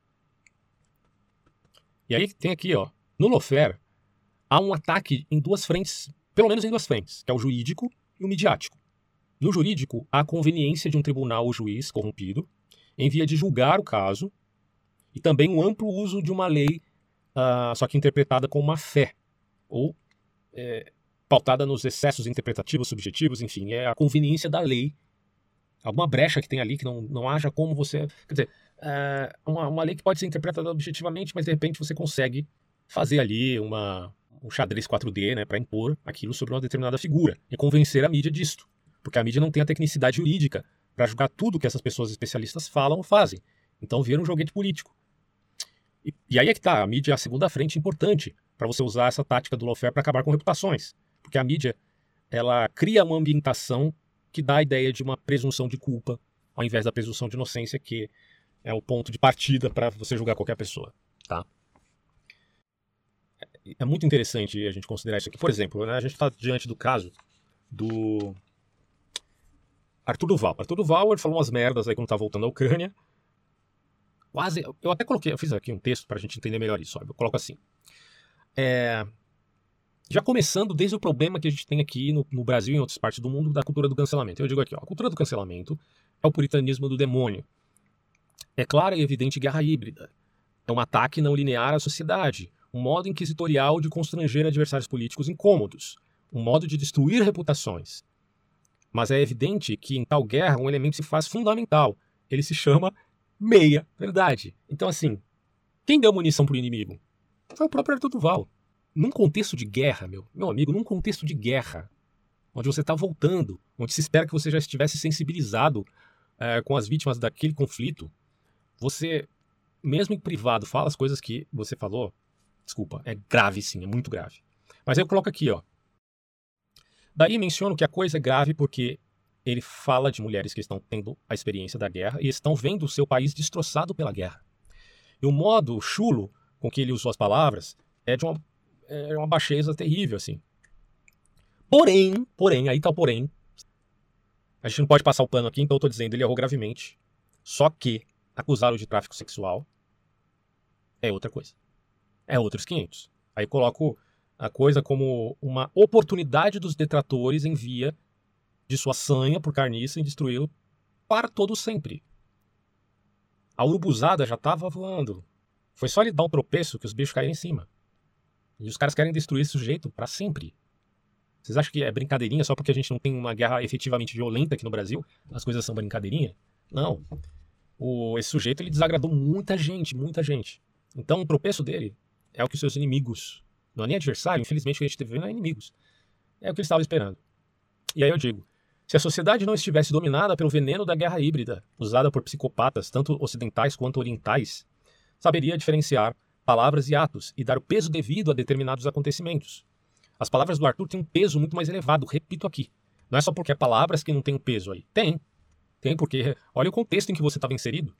E aí tem aqui, ó, no Lawfare, há um ataque em duas frentes, pelo menos em duas frentes, que é o jurídico e o midiático. No jurídico, há a conveniência de um tribunal ou juiz corrompido em via de julgar o caso e também um amplo uso de uma lei, uh, só que interpretada com má fé, ou é, pautada nos excessos interpretativos, subjetivos, enfim, é a conveniência da lei. Alguma brecha que tem ali que não, não haja como você... Quer dizer, é uma, uma lei que pode ser interpretada objetivamente, mas de repente você consegue fazer ali uma, um xadrez quatro D, né, para impor aquilo sobre uma determinada figura e convencer a mídia disto. Porque a mídia não tem a tecnicidade jurídica para julgar tudo que essas pessoas especialistas falam ou fazem. Então vira um joguete político. E, e aí é que tá, a mídia é a segunda frente importante para você usar essa tática do lawfare para acabar com reputações. Porque a mídia, ela cria uma ambientação que dá a ideia de uma presunção de culpa, ao invés da presunção de inocência, que é o ponto de partida para você julgar qualquer pessoa. Tá? É, é muito interessante a gente considerar isso aqui. Por exemplo, né, a gente está diante do caso do Arthur Duval. Arthur Duval, ele falou umas merdas aí quando tá voltando à Ucrânia. Quase, eu até coloquei, eu fiz aqui um texto pra gente entender melhor isso, ó, eu coloco assim. É, já começando desde o problema que a gente tem aqui no, no Brasil e em outras partes do mundo da cultura do cancelamento. Eu digo aqui, ó, a cultura do cancelamento é o puritanismo do demônio. É clara e evidente guerra híbrida. É um ataque não linear à sociedade, um modo inquisitorial de constranger adversários políticos incômodos, um modo de destruir reputações. Mas é evidente que em tal guerra um elemento se faz fundamental. Ele se chama meia-verdade. Então, assim, quem deu munição pro inimigo? Foi o próprio Arthur Duval. Num contexto de guerra, meu, meu amigo, num contexto de guerra, onde você está voltando, onde se espera que você já estivesse sensibilizado é, com as vítimas daquele conflito, você, mesmo em privado, fala as coisas que você falou, desculpa, é grave sim, é muito grave. Mas aí eu coloco aqui, ó. Daí menciono que a coisa é grave porque ele fala de mulheres que estão tendo a experiência da guerra e estão vendo o seu país destroçado pela guerra. E o modo chulo com que ele usou as palavras é de uma, é uma baixeza terrível, assim. Porém, porém, aí tá o porém. A gente não pode passar o pano aqui, então eu tô dizendo, ele errou gravemente. Só que acusá-lo de tráfico sexual é outra coisa. É outros quinhentos. Aí coloco a coisa como uma oportunidade dos detratores em via de sua sanha por carniça em destruí-lo para todo sempre. A urubuzada já estava voando. Foi só ele dar um tropeço que os bichos caíram em cima. E os caras querem destruir esse sujeito para sempre. Vocês acham que é brincadeirinha só porque a gente não tem uma guerra efetivamente violenta aqui no Brasil? As coisas são brincadeirinha? Não. O, esse sujeito ele desagradou muita gente, muita gente. Então o tropeço dele é o que os seus inimigos, não é nem adversário, infelizmente o que a gente teve não é inimigos. É o que eles estavam esperando. E aí eu digo, se a sociedade não estivesse dominada pelo veneno da guerra híbrida, usada por psicopatas, tanto ocidentais quanto orientais, saberia diferenciar palavras e atos e dar o peso devido a determinados acontecimentos. As palavras do Arthur têm um peso muito mais elevado, repito aqui. Não é só porque é palavras que não tem um peso aí. Tem. Tem porque olha o contexto em que você estava inserido.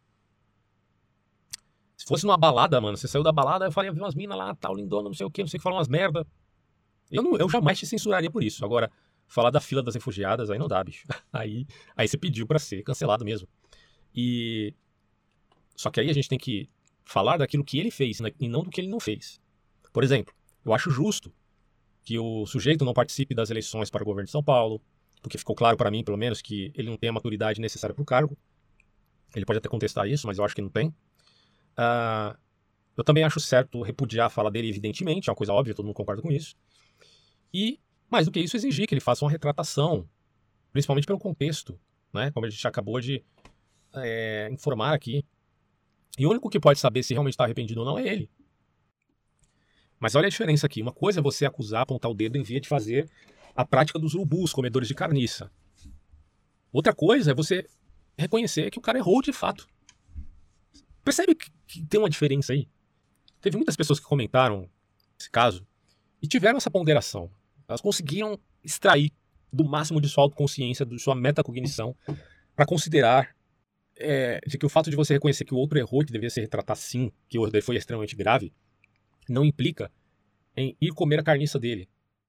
Se fosse numa balada, mano, você saiu da balada, eu falei, eu vi umas minas lá, tal, lindona, não sei o que, não sei o que, falam umas merda. Eu, não, eu jamais te censuraria por isso. Agora, falar da fila das refugiadas, aí não dá, bicho. Aí, aí você pediu pra ser cancelado mesmo. E... Só que aí a gente tem que falar daquilo que ele fez, né, e não do que ele não fez. Por exemplo, eu acho justo que o sujeito não participe das eleições para o governo de São Paulo, porque ficou claro para mim, pelo menos, que ele não tem a maturidade necessária para o cargo. Ele pode até contestar isso, mas eu acho que não tem. Uh, eu também acho certo repudiar a fala dele, evidentemente, é uma coisa óbvia, todo mundo concorda com isso. E, mais do que isso, exigir que ele faça uma retratação, principalmente pelo contexto, né, como a gente acabou de é, informar aqui. E o único que pode saber se realmente está arrependido ou não é ele. Mas olha a diferença aqui. Uma coisa é você acusar, apontar o dedo em via de fazer a prática dos urubus, comedores de carniça. Outra coisa é você reconhecer que o cara errou de fato. Percebe que, que tem uma diferença aí? Teve muitas pessoas que comentaram esse caso e tiveram essa ponderação. Elas conseguiram extrair do máximo de sua autoconsciência, de sua metacognição, para considerar é, de que o fato de você reconhecer que o outro errou, que deveria se retratar sim, que o erro foi extremamente grave, não implica em ir comer a carniça dele.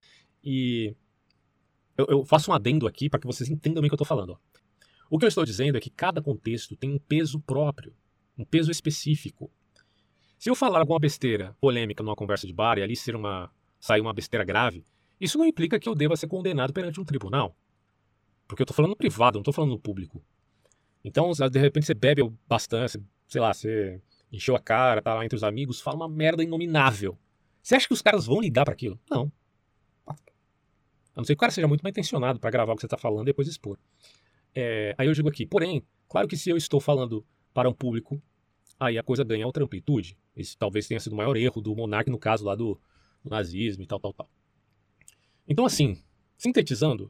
E eu, eu faço um adendo aqui para que vocês entendam bem o que eu estou falando. Ó. O que eu estou dizendo é que cada contexto tem um peso próprio, um peso específico. Se eu falar alguma besteira polêmica numa conversa de bar e ali ser uma, sair uma besteira grave, isso não implica que eu deva ser condenado perante um tribunal. Porque eu estou falando no privado, não estou falando no público. Então, de repente você bebe bastante, sei lá, você encheu a cara, tá lá entre os amigos, fala uma merda inominável. Você acha que os caras vão ligar para aquilo? Não. A não ser que o cara seja muito bem intencionado para gravar o que você está falando e depois expor. É, aí eu digo aqui, porém, claro que se eu estou falando para um público, aí a coisa ganha outra amplitude. Esse talvez tenha sido o maior erro do monarca no caso lá do, do nazismo e tal, tal, tal. Então assim, sintetizando,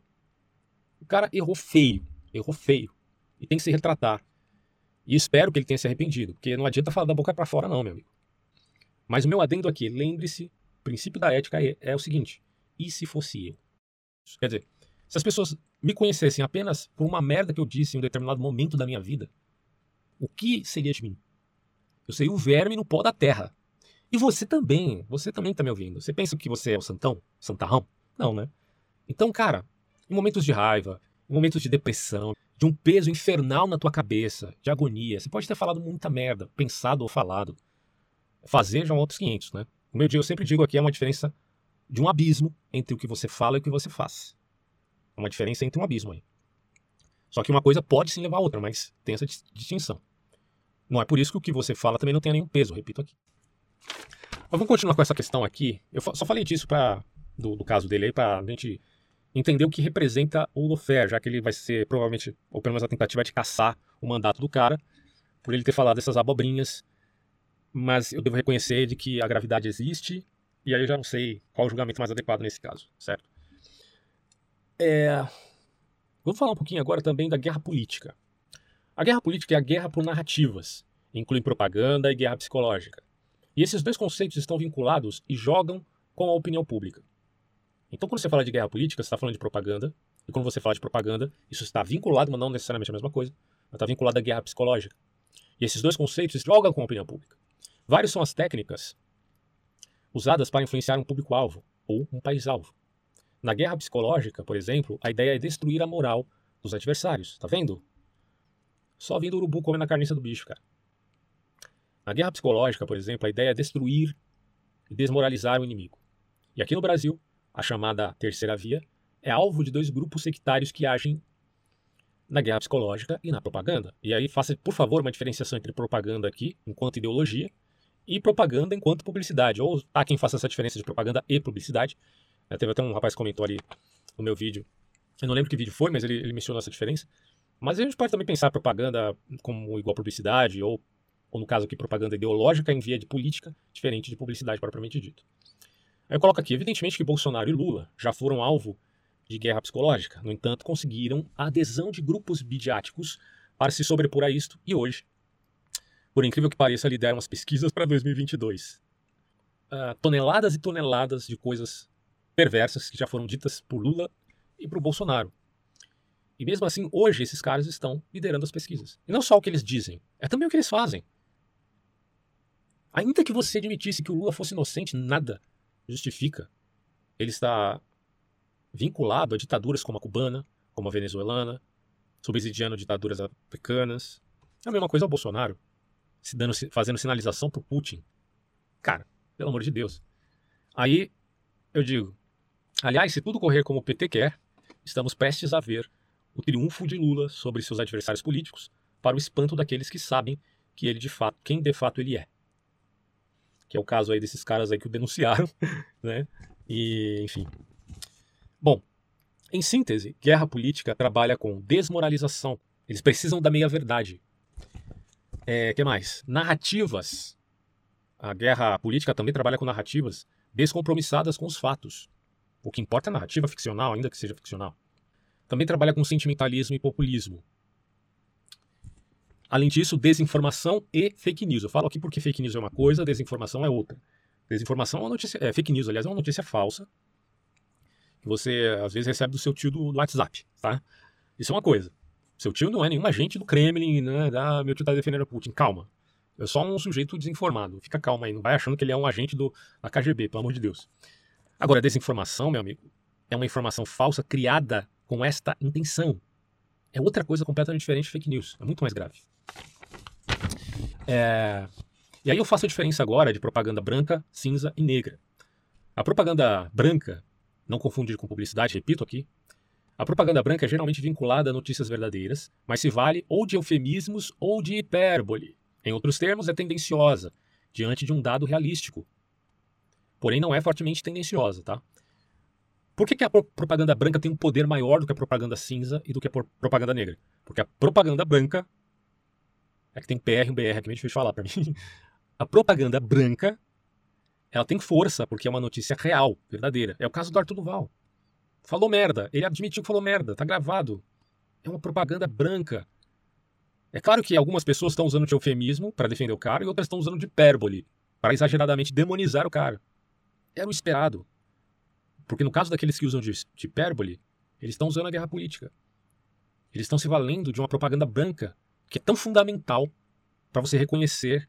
o cara errou feio, errou feio. E tem que se retratar. E espero que ele tenha se arrependido, porque não adianta falar da boca para fora não, meu amigo. Mas o meu adendo aqui, lembre-se, o princípio da ética é, é o seguinte, e se fosse eu? Quer dizer, se as pessoas me conhecessem apenas por uma merda que eu disse em um determinado momento da minha vida, o que seria de mim? Eu seria o verme no pó da terra. E você também, você também tá me ouvindo. Você pensa que você é o santão? Santarrão? Não, né? Então, cara, em momentos de raiva, em momentos de depressão, de um peso infernal na tua cabeça, de agonia, você pode ter falado muita merda, pensado ou falado. Fazer já é outros quinhentos, né? O meu dia eu sempre digo aqui é uma diferença de um abismo entre o que você fala e o que você faz. É uma diferença entre um abismo aí. Só que uma coisa pode sim levar a outra, mas tem essa distinção. Não é por isso que o que você fala também não tem nenhum peso, repito aqui. Mas vamos continuar com essa questão aqui. Eu só falei disso pra, do, do caso dele aí pra gente entender o que representa o lawfare, já que ele vai ser provavelmente, ou pelo menos a tentativa de caçar o mandato do cara, por ele ter falado essas abobrinhas. Mas eu devo reconhecer de que a gravidade existe, e aí eu já não sei qual o julgamento mais adequado nesse caso, certo? É... Vamos falar um pouquinho agora também da guerra política. A guerra política é a guerra por narrativas, inclui propaganda e guerra psicológica. E esses dois conceitos estão vinculados e jogam com a opinião pública. Então, quando você fala de guerra política, você está falando de propaganda, e quando você fala de propaganda, isso está vinculado, mas não necessariamente a mesma coisa, mas está vinculado à guerra psicológica. E esses dois conceitos jogam com a opinião pública. Várias são as técnicas usadas para influenciar um público-alvo ou um país-alvo. Na guerra psicológica, por exemplo, a ideia é destruir a moral dos adversários. Tá vendo? Só vindo o urubu comendo a carniça do bicho, cara. Na guerra psicológica, por exemplo, a ideia é destruir e desmoralizar o inimigo. E aqui no Brasil, a chamada terceira via é alvo de dois grupos sectários que agem na guerra psicológica e na propaganda. E aí faça, por favor, uma diferenciação entre propaganda aqui, enquanto ideologia, e propaganda enquanto publicidade. Ou há quem faça essa diferença de propaganda e publicidade. É, teve até um rapaz que comentou ali no meu vídeo. Eu não lembro que vídeo foi, mas ele, ele mencionou essa diferença. Mas a gente pode também pensar propaganda como igual publicidade, ou, ou no caso aqui, propaganda ideológica em via de política, diferente de publicidade propriamente dito. Aí eu coloco aqui, evidentemente que Bolsonaro e Lula já foram alvo de guerra psicológica. No entanto, conseguiram a adesão de grupos midiáticos para se sobrepor a isto, e hoje, por incrível que pareça, lideram as pesquisas para dois mil e vinte e dois. Uh, toneladas e toneladas de coisas perversas que já foram ditas por Lula e por Bolsonaro. E mesmo assim, hoje esses caras estão liderando as pesquisas. E não só o que eles dizem, é também o que eles fazem. Ainda que você admitisse que o Lula fosse inocente, nada justifica ele estar vinculado a ditaduras como a cubana, como a venezuelana, subsidiando ditaduras africanas. É a mesma coisa ao Bolsonaro, se dando, fazendo sinalização pro Putin. Cara, pelo amor de Deus. Aí eu digo, aliás, se tudo correr como o P T quer, estamos prestes a ver o triunfo de Lula sobre seus adversários políticos, para o espanto daqueles que sabem que ele de fato, quem de fato ele é. Que é o caso aí desses caras aí que o denunciaram, né? E, enfim. Bom, em síntese, guerra política trabalha com desmoralização. Eles precisam da meia-verdade. É, que mais? Narrativas. A guerra política também trabalha com narrativas descompromissadas com os fatos. O que importa é a narrativa ficcional, ainda que seja ficcional. Também trabalha com sentimentalismo e populismo. Além disso, desinformação e fake news. Eu falo aqui porque fake news é uma coisa, desinformação é outra. Desinformação é uma notícia, é, fake news, aliás, é uma notícia falsa que você às vezes recebe do seu tio do, do WhatsApp, tá? Isso é uma coisa. Seu tio não é nenhum agente do Kremlin, né? Ah, meu tio tá defendendo o Putin. Calma. É só um sujeito desinformado. Fica calma aí. Não vai achando que ele é um agente do, da K G B, pelo amor de Deus. Agora, desinformação, meu amigo, é uma informação falsa criada com esta intenção. É outra coisa completamente diferente de fake news. É muito mais grave. É... E aí eu faço a diferença agora de propaganda branca, cinza e negra. A propaganda branca, não confundir com publicidade, repito aqui, a propaganda branca é geralmente vinculada a notícias verdadeiras, mas se vale ou de eufemismos ou de hipérbole. Em outros termos, é tendenciosa, diante de um dado realístico. Porém, não é fortemente tendenciosa, tá? Por que que a propaganda branca tem um poder maior do que a propaganda cinza e do que a propaganda negra? Porque a propaganda branca... É que tem P R e um B R aqui, meio difícil de falar pra mim. A propaganda branca, ela tem força, porque é uma notícia real, verdadeira. É o caso do Arthur Duval. Falou merda. Ele admitiu que falou merda. Tá gravado. É uma propaganda branca. É claro que algumas pessoas estão usando de eufemismo para defender o cara e outras estão usando de hipérbole para exageradamente demonizar o cara. Era o esperado. Porque no caso daqueles que usam de, de hipérbole, eles estão usando a guerra política. Eles estão se valendo de uma propaganda branca que é tão fundamental para você reconhecer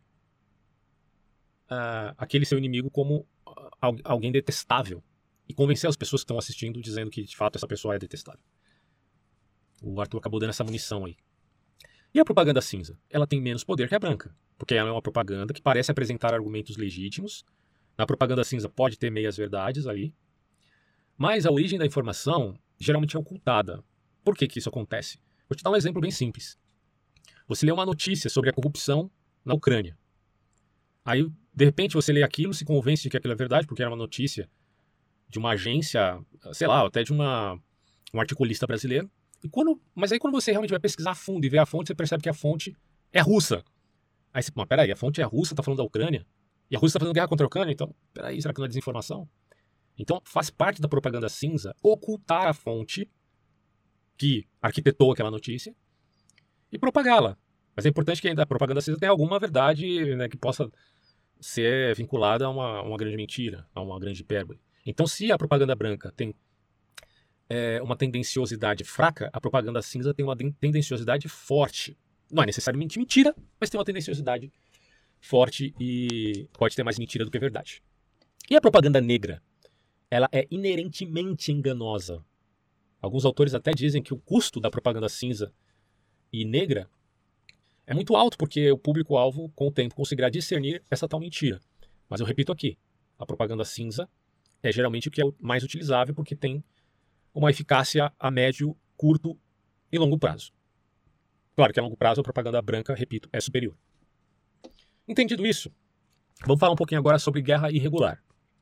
uh, aquele seu inimigo como uh, alguém detestável e convencer as pessoas que estão assistindo dizendo que de fato essa pessoa é detestável. O Arthur acabou dando essa munição aí. E a propaganda cinza? Ela tem menos poder que a branca, porque ela é uma propaganda que parece apresentar argumentos legítimos. Na propaganda cinza pode ter meias verdades ali, mas a origem da informação geralmente é ocultada. Por que que isso acontece? Vou te dar um exemplo bem simples. Você lê uma notícia sobre a corrupção na Ucrânia. Aí, de repente, você lê aquilo, se convence de que aquilo é verdade, porque era uma notícia de uma agência, sei lá, até de uma, um articulista brasileiro. E quando, mas aí quando você realmente vai pesquisar a fundo e ver a fonte, você percebe que a fonte é russa. Aí você, mas peraí, a fonte é russa, tá falando da Ucrânia? E a Rússia tá fazendo guerra contra a Ucrânia? Então, peraí, será que não é desinformação? Então, faz parte da propaganda cinza ocultar a fonte que arquitetou aquela notícia e propagá-la. Mas é importante que ainda a propaganda cinza tenha alguma verdade, né, que possa ser vinculada a uma, uma grande mentira, a uma grande hipérbole. Então, se a propaganda branca tem é, uma tendenciosidade fraca, a propaganda cinza tem uma tendenciosidade forte. Não é necessariamente mentira, mas tem uma tendenciosidade forte e pode ter mais mentira do que verdade. E a propaganda negra? Ela é inerentemente enganosa. Alguns autores até dizem que o custo da propaganda cinza e negra é muito alto, porque o público-alvo, com o tempo, conseguirá discernir essa tal mentira. Mas eu repito aqui, a propaganda cinza é geralmente o que é o mais utilizável, porque tem uma eficácia a médio, curto e longo prazo. Claro que a longo prazo a propaganda branca, repito, é superior. Entendido isso, vamos falar um pouquinho agora sobre guerra irregular.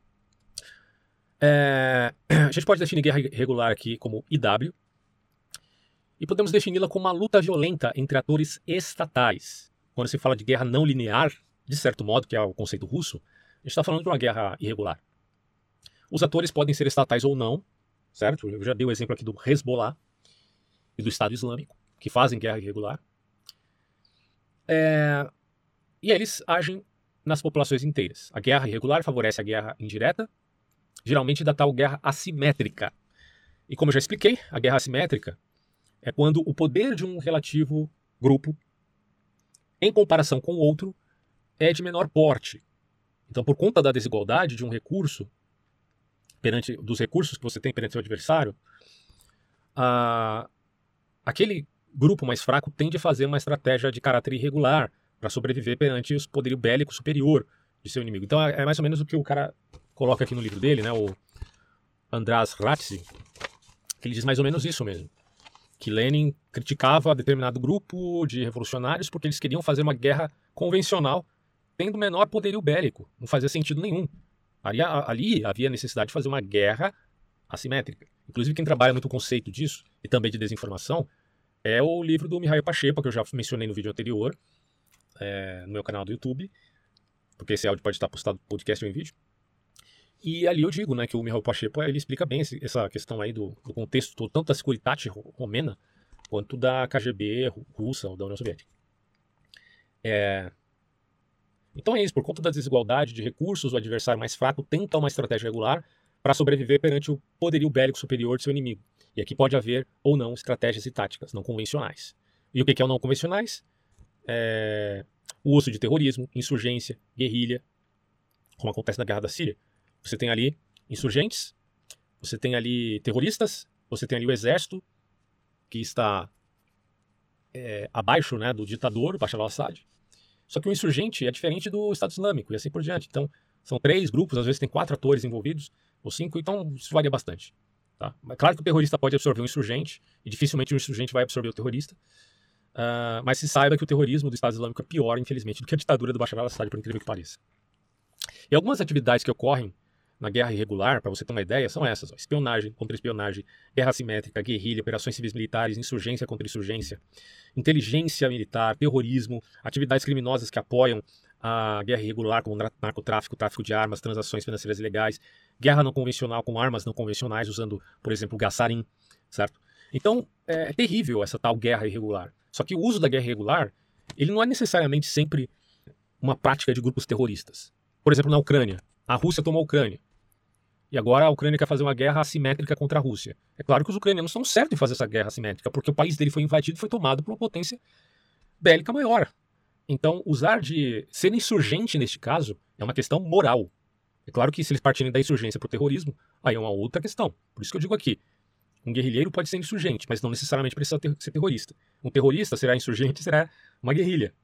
É, a gente pode definir guerra irregular aqui como I W e podemos defini-la como uma luta violenta entre atores estatais. Quando se fala de guerra não linear, de certo modo, que é o conceito russo, a gente está falando de uma guerra irregular. Os atores podem ser estatais ou não, certo? Eu já dei o exemplo aqui do Hezbollah e do Estado Islâmico, que fazem guerra irregular. É, e eles agem nas populações inteiras. A guerra irregular favorece a guerra indireta, geralmente da tal guerra assimétrica. E como eu já expliquei, a guerra assimétrica é quando o poder de um relativo grupo, em comparação com o outro, é de menor porte. Então, por conta da desigualdade de um recurso, perante, dos recursos que você tem perante seu adversário, a, aquele grupo mais fraco tende a fazer uma estratégia de caráter irregular para sobreviver perante o poderio bélico superior de seu inimigo. Então, é, é mais ou menos o que o cara coloca aqui no livro dele, né, o András Ratzi, que ele diz mais ou menos isso mesmo. Que Lenin criticava determinado grupo de revolucionários porque eles queriam fazer uma guerra convencional tendo menor poderio bélico. Não fazia sentido nenhum. Ali, ali havia necessidade de fazer uma guerra assimétrica. Inclusive, quem trabalha muito o conceito disso, e também de desinformação, é o livro do Mikhail Pacheco, que eu já mencionei no vídeo anterior, é, no meu canal do YouTube, porque esse áudio pode estar postado no podcast ou em vídeo. E ali eu digo, né, que o Mikhail Pacheco ele explica bem esse, essa questão aí do, do contexto todo, tanto da Securitate romena quanto da K G B russa ou da União Soviética. É... Então é isso, por conta da desigualdade de recursos, o adversário mais fraco tenta uma estratégia regular para sobreviver perante o poderio bélico superior de seu inimigo. E aqui pode haver ou não estratégias e táticas não convencionais. E o que é o não convencionais? É o uso de terrorismo, insurgência, guerrilha, como acontece na Guerra da Síria. Você tem ali insurgentes, você tem ali terroristas, você tem ali o exército que está é, abaixo, né, do ditador, Bashar al-Assad. Só que o insurgente é diferente do Estado Islâmico e assim por diante. Então, são três grupos, às vezes tem quatro atores envolvidos, ou cinco, então isso varia bastante. Tá? Mas claro que o terrorista pode absorver um insurgente, e dificilmente o insurgente vai absorver o terrorista, uh, mas se saiba que o terrorismo do Estado Islâmico é pior, infelizmente, do que a ditadura do Bashar al-Assad, por incrível que pareça. E algumas atividades que ocorrem na guerra irregular, para você ter uma ideia, são essas: ó, espionagem, contra-espionagem, guerra assimétrica, guerrilha, operações civis militares, insurgência contra insurgência, inteligência militar, terrorismo, atividades criminosas que apoiam a guerra irregular, como narcotráfico, tráfico de armas, transações financeiras ilegais, guerra não convencional com armas não convencionais, usando, por exemplo, o gassarim, certo? Então, é terrível essa tal guerra irregular. Só que o uso da guerra irregular, ele não é necessariamente sempre uma prática de grupos terroristas. Por exemplo, na Ucrânia, a Rússia tomou a Ucrânia. E agora a Ucrânia quer fazer uma guerra assimétrica contra a Rússia. É claro que os ucranianos estão certos em fazer essa guerra assimétrica, porque o país dele foi invadido e foi tomado por uma potência bélica maior. Então, usar de ser insurgente neste caso é uma questão moral. É claro que se eles partirem da insurgência para o terrorismo, aí é uma outra questão. Por isso que eu digo aqui, um guerrilheiro pode ser insurgente, mas não necessariamente precisa ter, ser terrorista. Um terrorista será insurgente, será uma guerrilha.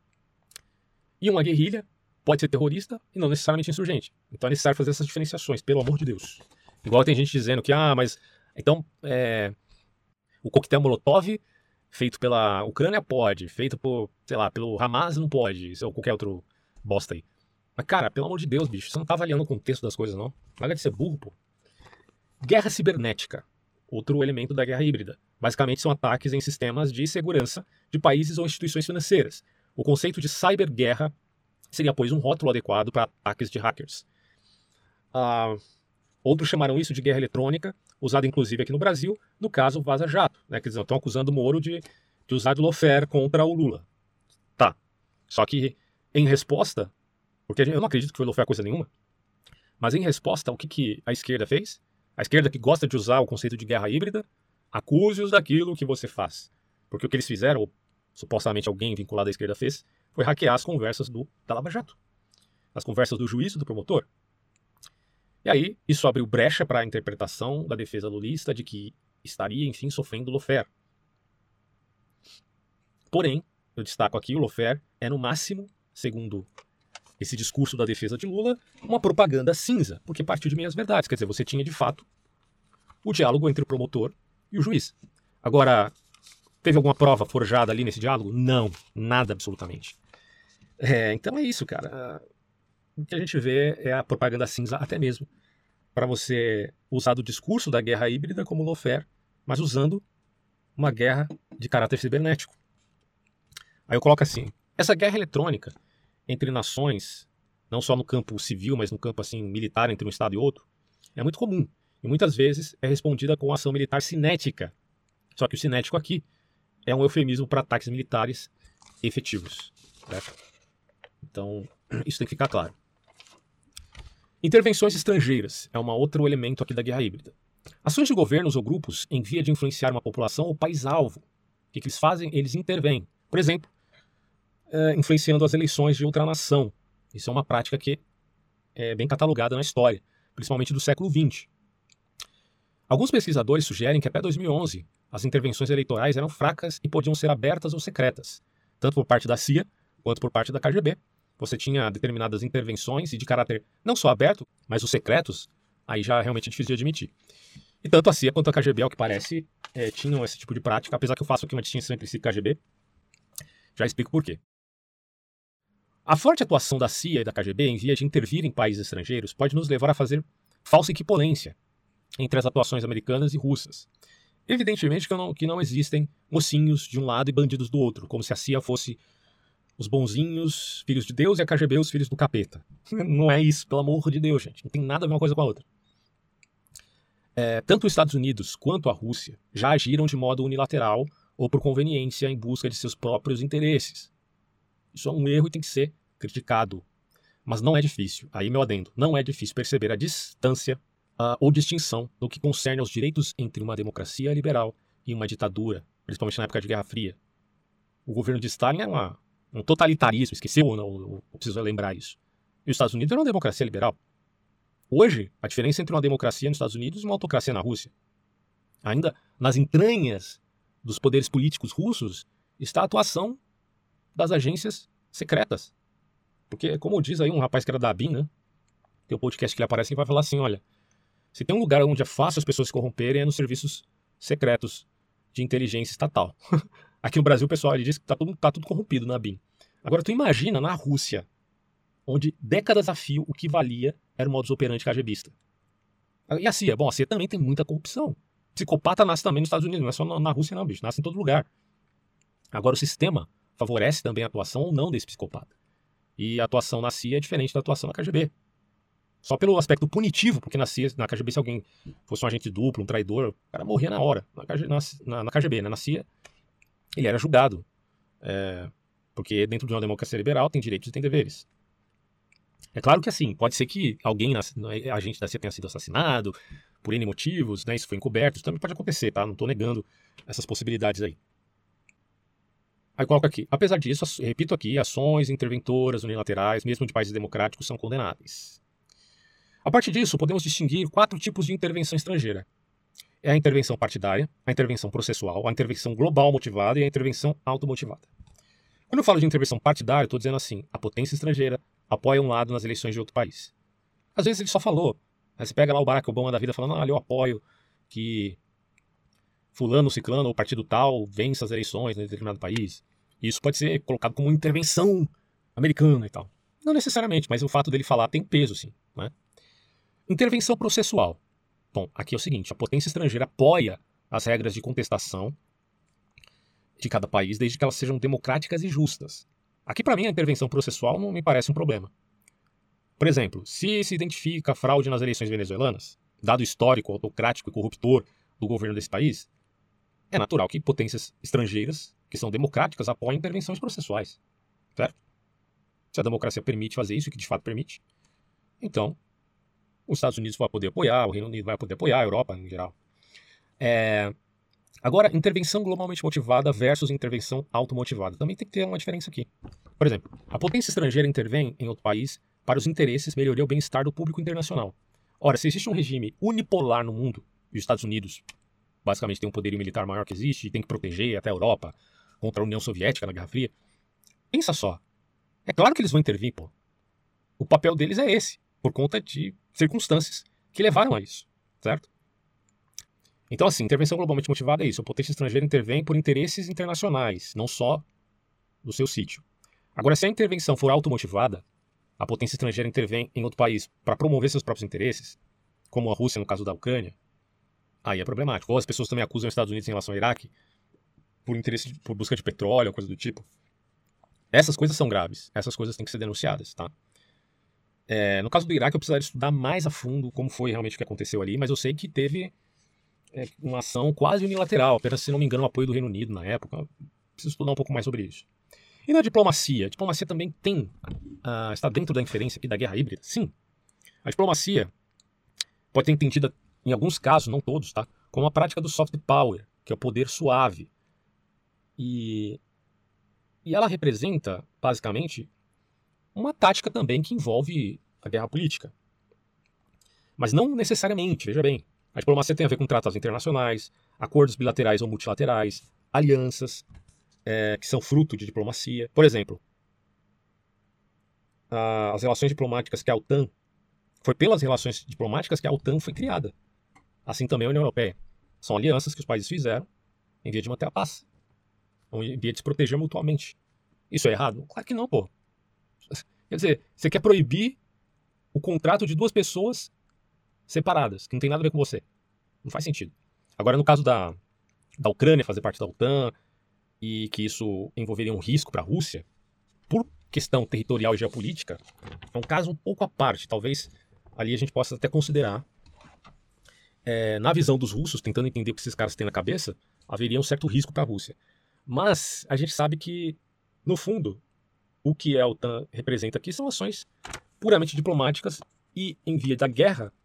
E uma guerrilha pode ser terrorista e não necessariamente insurgente. Então é necessário fazer essas diferenciações, pelo amor de Deus. Igual tem gente dizendo que, ah, mas então é, o coquetel Molotov feito pela Ucrânia pode, feito por, sei lá, pelo Hamas não pode, ou qualquer outro bosta aí. Mas, cara, pelo amor de Deus, bicho, você não tá avaliando o contexto das coisas, não. Larga de ser burro, pô. Guerra cibernética, outro elemento da guerra híbrida. Basicamente são ataques em sistemas de segurança de países ou instituições financeiras. O conceito de cyberguerra seria, pois, um rótulo adequado para ataques de hackers. Ah, outros chamaram isso de guerra eletrônica, usada inclusive aqui no Brasil, no caso Vaza Jato. Né? Quer dizer, estão acusando o Moro de, de usar de lawfare contra o Lula. Tá. Só que, em resposta, porque eu não acredito que foi lawfare coisa nenhuma, mas em resposta, o que, que a esquerda fez? A esquerda que gosta de usar o conceito de guerra híbrida, acuse-os daquilo que você faz. Porque o que eles fizeram, ou supostamente alguém vinculado à esquerda fez, foi hackear as conversas do, da Lava Jato. As conversas do juiz e do promotor. E aí, isso abriu brecha para a interpretação da defesa lulista de que estaria, enfim, sofrendo lawfare. Porém, eu destaco aqui, o lawfare é no máximo, segundo esse discurso da defesa de Lula, uma propaganda cinza, porque partiu de meias verdades. Quer dizer, você tinha, de fato, o diálogo entre o promotor e o juiz. Agora, teve alguma prova forjada ali nesse diálogo? Não, nada absolutamente. É, então é isso, cara. O que a gente vê é a propaganda cinza, até mesmo para você usar do discurso da guerra híbrida como lawfare, mas usando uma guerra de caráter cibernético. Aí eu coloco assim, essa guerra eletrônica entre nações, não só no campo civil, mas no campo assim militar entre um estado e outro, é muito comum. E muitas vezes é respondida com ação militar cinética. Só que o cinético aqui é um eufemismo para ataques militares efetivos. Certo? Então, isso tem que ficar claro. Intervenções estrangeiras é um outro elemento aqui da guerra híbrida. Ações de governos ou grupos em via de influenciar uma população ou país-alvo. O que, que eles fazem? Eles intervêm. Por exemplo, é, influenciando as eleições de outra nação. Isso é uma prática que é bem catalogada na história, principalmente do século vinte. Alguns pesquisadores sugerem que até dois mil e onze as intervenções eleitorais eram fracas e podiam ser abertas ou secretas, tanto por parte da C I A quanto por parte da K G B. Você tinha determinadas intervenções e de caráter não só aberto, mas os secretos, aí já realmente é difícil de admitir. E tanto a C I A quanto a K G B, ao que parece, é, tinham esse tipo de prática, apesar que eu faço aqui uma distinção entre C I A e K G B. Já explico por quê. A forte atuação da C I A e da K G B em via de intervir em países estrangeiros pode nos levar a fazer falsa equipolência entre as atuações americanas e russas. Evidentemente que não, que não existem mocinhos de um lado e bandidos do outro, como se a C I A fosse os bonzinhos, filhos de Deus, e a K G B os filhos do capeta. Não é isso, pelo amor de Deus, gente. Não tem nada a ver uma coisa com a outra. É, tanto os Estados Unidos quanto a Rússia já agiram de modo unilateral ou por conveniência em busca de seus próprios interesses. Isso é um erro e tem que ser criticado. Mas não é difícil, aí meu adendo, não é difícil perceber a distância, uh, ou distinção no que concerne aos direitos entre uma democracia liberal e uma ditadura, principalmente na época de Guerra Fria. O governo de Stalin era uma, um totalitarismo, esqueceu ou não? Eu preciso lembrar isso. E os Estados Unidos era uma democracia liberal. Hoje, a diferença entre uma democracia nos Estados Unidos e uma autocracia na Rússia. Ainda nas entranhas dos poderes políticos russos está a atuação das agências secretas. Porque, como diz aí um rapaz que era da ABIN, né? Tem um podcast que ele aparece e vai falar assim, olha, se tem um lugar onde é fácil as pessoas se corromperem é nos serviços secretos de inteligência estatal. Aqui no Brasil, o pessoal ele diz que tá tudo, tá tudo corrompido na ABIN. Agora, tu imagina na Rússia, onde décadas a fio o que valia era o modus operandi KGBista. E a C I A? Bom, a C I A também tem muita corrupção. Psicopata nasce também nos Estados Unidos, não é só na, na Rússia não, bicho, nasce em todo lugar. Agora, o sistema favorece também a atuação ou não desse psicopata. E a atuação na C I A é diferente da atuação na K G B. Só pelo aspecto punitivo, porque na, C I A, na K G B, se alguém fosse um agente duplo, um traidor, o cara morria na hora. Na, na, na, na K G B, né? Na C I A, ele era julgado. É, porque dentro de uma democracia liberal tem direitos e tem deveres. É claro que assim, pode ser que alguém, agente da C I A tenha sido assassinado por N motivos, né? Isso foi encoberto, isso também pode acontecer, tá? Não estou negando essas possibilidades aí. Aí coloca aqui, apesar disso, repito aqui, ações interventoras unilaterais, mesmo de países democráticos, são condenáveis. A partir disso, podemos distinguir quatro tipos de intervenção estrangeira. É a intervenção partidária, a intervenção processual, a intervenção global motivada e a intervenção automotivada. Quando eu falo de intervenção partidária, estou dizendo assim, a potência estrangeira apoia um lado nas eleições de outro país. Às vezes ele só falou. Aí você pega lá o Barack Obama da vida falando, ah, eu apoio que fulano, ciclano ou partido tal vença as eleições em determinado país. E isso pode ser colocado como uma intervenção americana e tal. Não necessariamente, mas o fato dele falar tem peso, sim. Né? Intervenção processual. Bom, aqui é o seguinte, a potência estrangeira apoia as regras de contestação de cada país, desde que elas sejam democráticas e justas. Aqui, para mim, a intervenção processual não me parece um problema. Por exemplo, se se identifica fraude nas eleições venezuelanas, dado o histórico autocrático e corruptor do governo desse país, é natural que potências estrangeiras, que são democráticas, apoiem intervenções processuais. Certo? Se a democracia permite fazer isso, que de fato permite, então os Estados Unidos vão poder apoiar, o Reino Unido vai poder apoiar, a Europa em geral. É... Agora, intervenção globalmente motivada versus intervenção automotivada. Também tem que ter uma diferença aqui. Por exemplo, a potência estrangeira intervém em outro país para os interesses, melhoria ou bem-estar do público internacional. Ora, se existe um regime unipolar no mundo, e os Estados Unidos basicamente tem um poderio militar maior que existe, e tem que proteger até a Europa contra a União Soviética na Guerra Fria, pensa só. É claro que eles vão intervir, pô. O papel deles é esse, por conta de circunstâncias que levaram a isso, certo? Então, assim, intervenção globalmente motivada é isso. A potência estrangeira intervém por interesses internacionais, não só do seu sítio. Agora, se a intervenção for automotivada, a potência estrangeira intervém em outro país para promover seus próprios interesses, como a Rússia no caso da Ucrânia, aí é problemático. Ou as pessoas também acusam os Estados Unidos em relação ao Iraque por interesse, de, por busca de petróleo, coisa do tipo. Essas coisas são graves. Essas coisas têm que ser denunciadas, tá? É, no caso do Iraque, eu precisaria estudar mais a fundo como foi realmente o que aconteceu ali, mas eu sei que teve é, uma ação quase unilateral, apenas, se não me engano, o apoio do Reino Unido na época. Preciso estudar um pouco mais sobre isso. E na diplomacia? A diplomacia também tem, uh, está dentro da inferência aqui da guerra híbrida? Sim. A diplomacia pode ser entendida, em alguns casos, não todos, tá, como a prática do soft power, que é o poder suave. E, e ela representa, basicamente, uma tática também que envolve a guerra política. Mas não necessariamente, veja bem. A diplomacia tem a ver com tratados internacionais, acordos bilaterais ou multilaterais, alianças, é, que são fruto de diplomacia. Por exemplo, a, as relações diplomáticas que a OTAN... Foi pelas relações diplomáticas que a OTAN foi criada. Assim também a União Europeia. São alianças que os países fizeram em via de manter a paz. Em via de se proteger mutuamente. Isso é errado? Claro que não, pô. Quer dizer, você quer proibir o contrato de duas pessoas separadas, que não tem nada a ver com você. Não faz sentido. Agora, no caso da, da Ucrânia fazer parte da OTAN, e que isso envolveria um risco para a Rússia, por questão territorial e geopolítica, é um caso um pouco à parte. Talvez ali a gente possa até considerar, é, na visão dos russos, tentando entender o que esses caras têm na cabeça, haveria um certo risco para a Rússia. Mas a gente sabe que, no fundo, o que a OTAN representa aqui são ações puramente diplomáticas e, em via da guerra,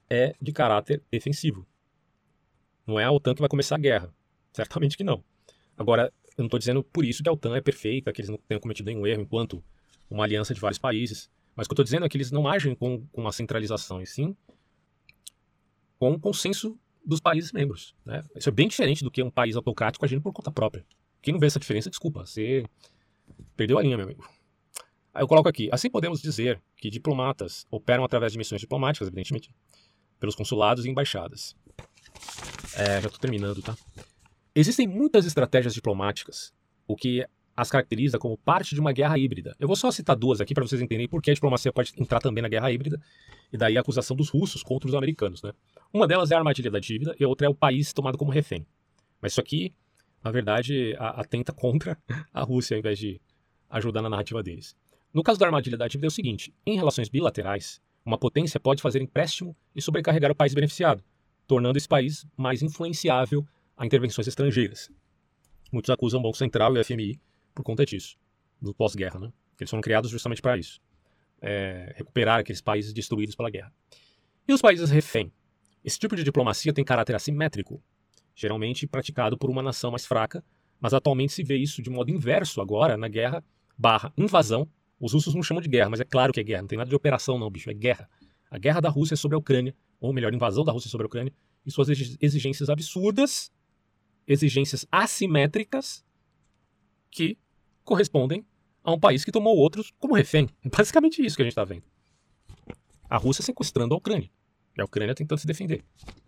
é de caráter defensivo. Não é a OTAN que vai começar a guerra. Certamente que não. Agora, eu não estou dizendo por isso que a OTAN é perfeita, que eles não tenham cometido nenhum erro enquanto uma aliança de vários países. Mas o que eu estou dizendo é que eles não agem com, com uma centralização, e sim com o consenso dos países membros. Né? Isso é bem diferente do que um país autocrático agindo por conta própria. Quem não vê essa diferença, desculpa, você perdeu a linha, meu amigo. Aí eu coloco aqui, assim podemos dizer que diplomatas operam através de missões diplomáticas, evidentemente, pelos consulados e embaixadas. É, já estou terminando, tá? Existem muitas estratégias diplomáticas, o que as caracteriza como parte de uma guerra híbrida. Eu vou só citar duas aqui para vocês entenderem por que a diplomacia pode entrar também na guerra híbrida, e daí a acusação dos russos contra os americanos, né? Uma delas é a armadilha da dívida e a outra é o país tomado como refém. Mas isso aqui, na verdade, atenta contra a Rússia ao invés de ajudar na narrativa deles. No caso da armadilha da dívida é o seguinte, em relações bilaterais, uma potência pode fazer empréstimo e sobrecarregar o país beneficiado, tornando esse país mais influenciável a intervenções estrangeiras. Muitos acusam o Banco Central e o F M I por conta disso, do pós-guerra, né? Eles foram criados justamente para isso. É, recuperar aqueles países destruídos pela guerra. E os países refém? Esse tipo de diplomacia tem caráter assimétrico, geralmente praticado por uma nação mais fraca, mas atualmente se vê isso de modo inverso agora na guerra barra invasão. Os russos não chamam de guerra, mas é claro que é guerra, não tem nada de operação não, bicho, é guerra. A guerra da Rússia sobre a Ucrânia, ou melhor, invasão da Rússia sobre a Ucrânia, e suas exigências absurdas, exigências assimétricas, que correspondem a um país que tomou outros como refém. É basicamente isso que a gente está vendo. A Rússia sequestrando a Ucrânia. E a Ucrânia tentando se defender.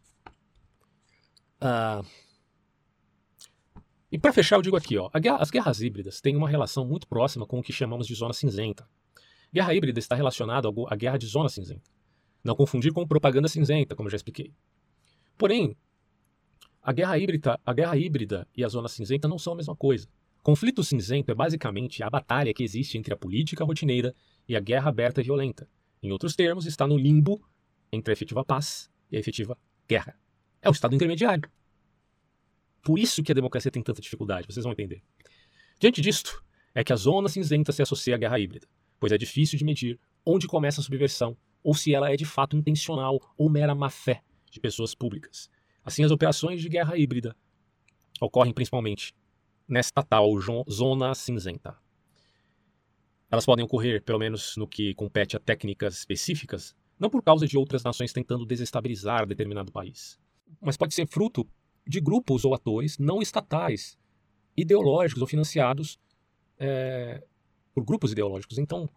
Ah, e para fechar eu digo aqui, ó, guerra, as guerras híbridas têm uma relação muito próxima com o que chamamos de zona cinzenta. Guerra híbrida está relacionada à guerra de zona cinzenta. Não confundir com propaganda cinzenta, como eu já expliquei. Porém, a guerra híbrida, a guerra híbrida e a zona cinzenta não são a mesma coisa. Conflito cinzento é basicamente a batalha que existe entre a política rotineira e a guerra aberta e violenta. Em outros termos, está no limbo entre a efetiva paz e a efetiva guerra. É o estado intermediário. Por isso que a democracia tem tanta dificuldade, vocês vão entender. Diante disto, é que a zona cinzenta se associa à guerra híbrida, pois é difícil de medir onde começa a subversão ou se ela é de fato intencional ou mera má-fé de pessoas públicas. Assim, as operações de guerra híbrida ocorrem principalmente nesta tal zona cinzenta. Elas podem ocorrer, pelo menos no que compete a técnicas específicas, não por causa de outras nações tentando desestabilizar determinado país, mas pode ser fruto de grupos ou atores não estatais, ideológicos ou financiados é, por grupos ideológicos. Então,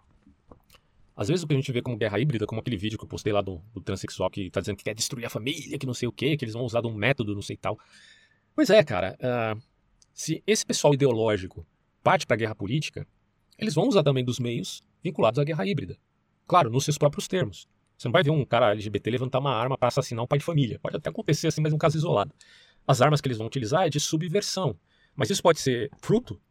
às vezes o que a gente vê como guerra híbrida, como aquele vídeo que eu postei lá do, do transexual que está dizendo que quer destruir a família, que não sei o quê, que eles vão usar de um método, não sei tal. Pois é, cara, uh, se esse pessoal ideológico parte para a guerra política, eles vão usar também dos meios vinculados à guerra híbrida. Claro, nos seus próprios termos. Você não vai ver um cara L G B T levantar uma arma para assassinar um pai de família. Pode até acontecer assim, mas é um caso isolado. As armas que eles vão utilizar é de subversão. Mas isso pode ser fruto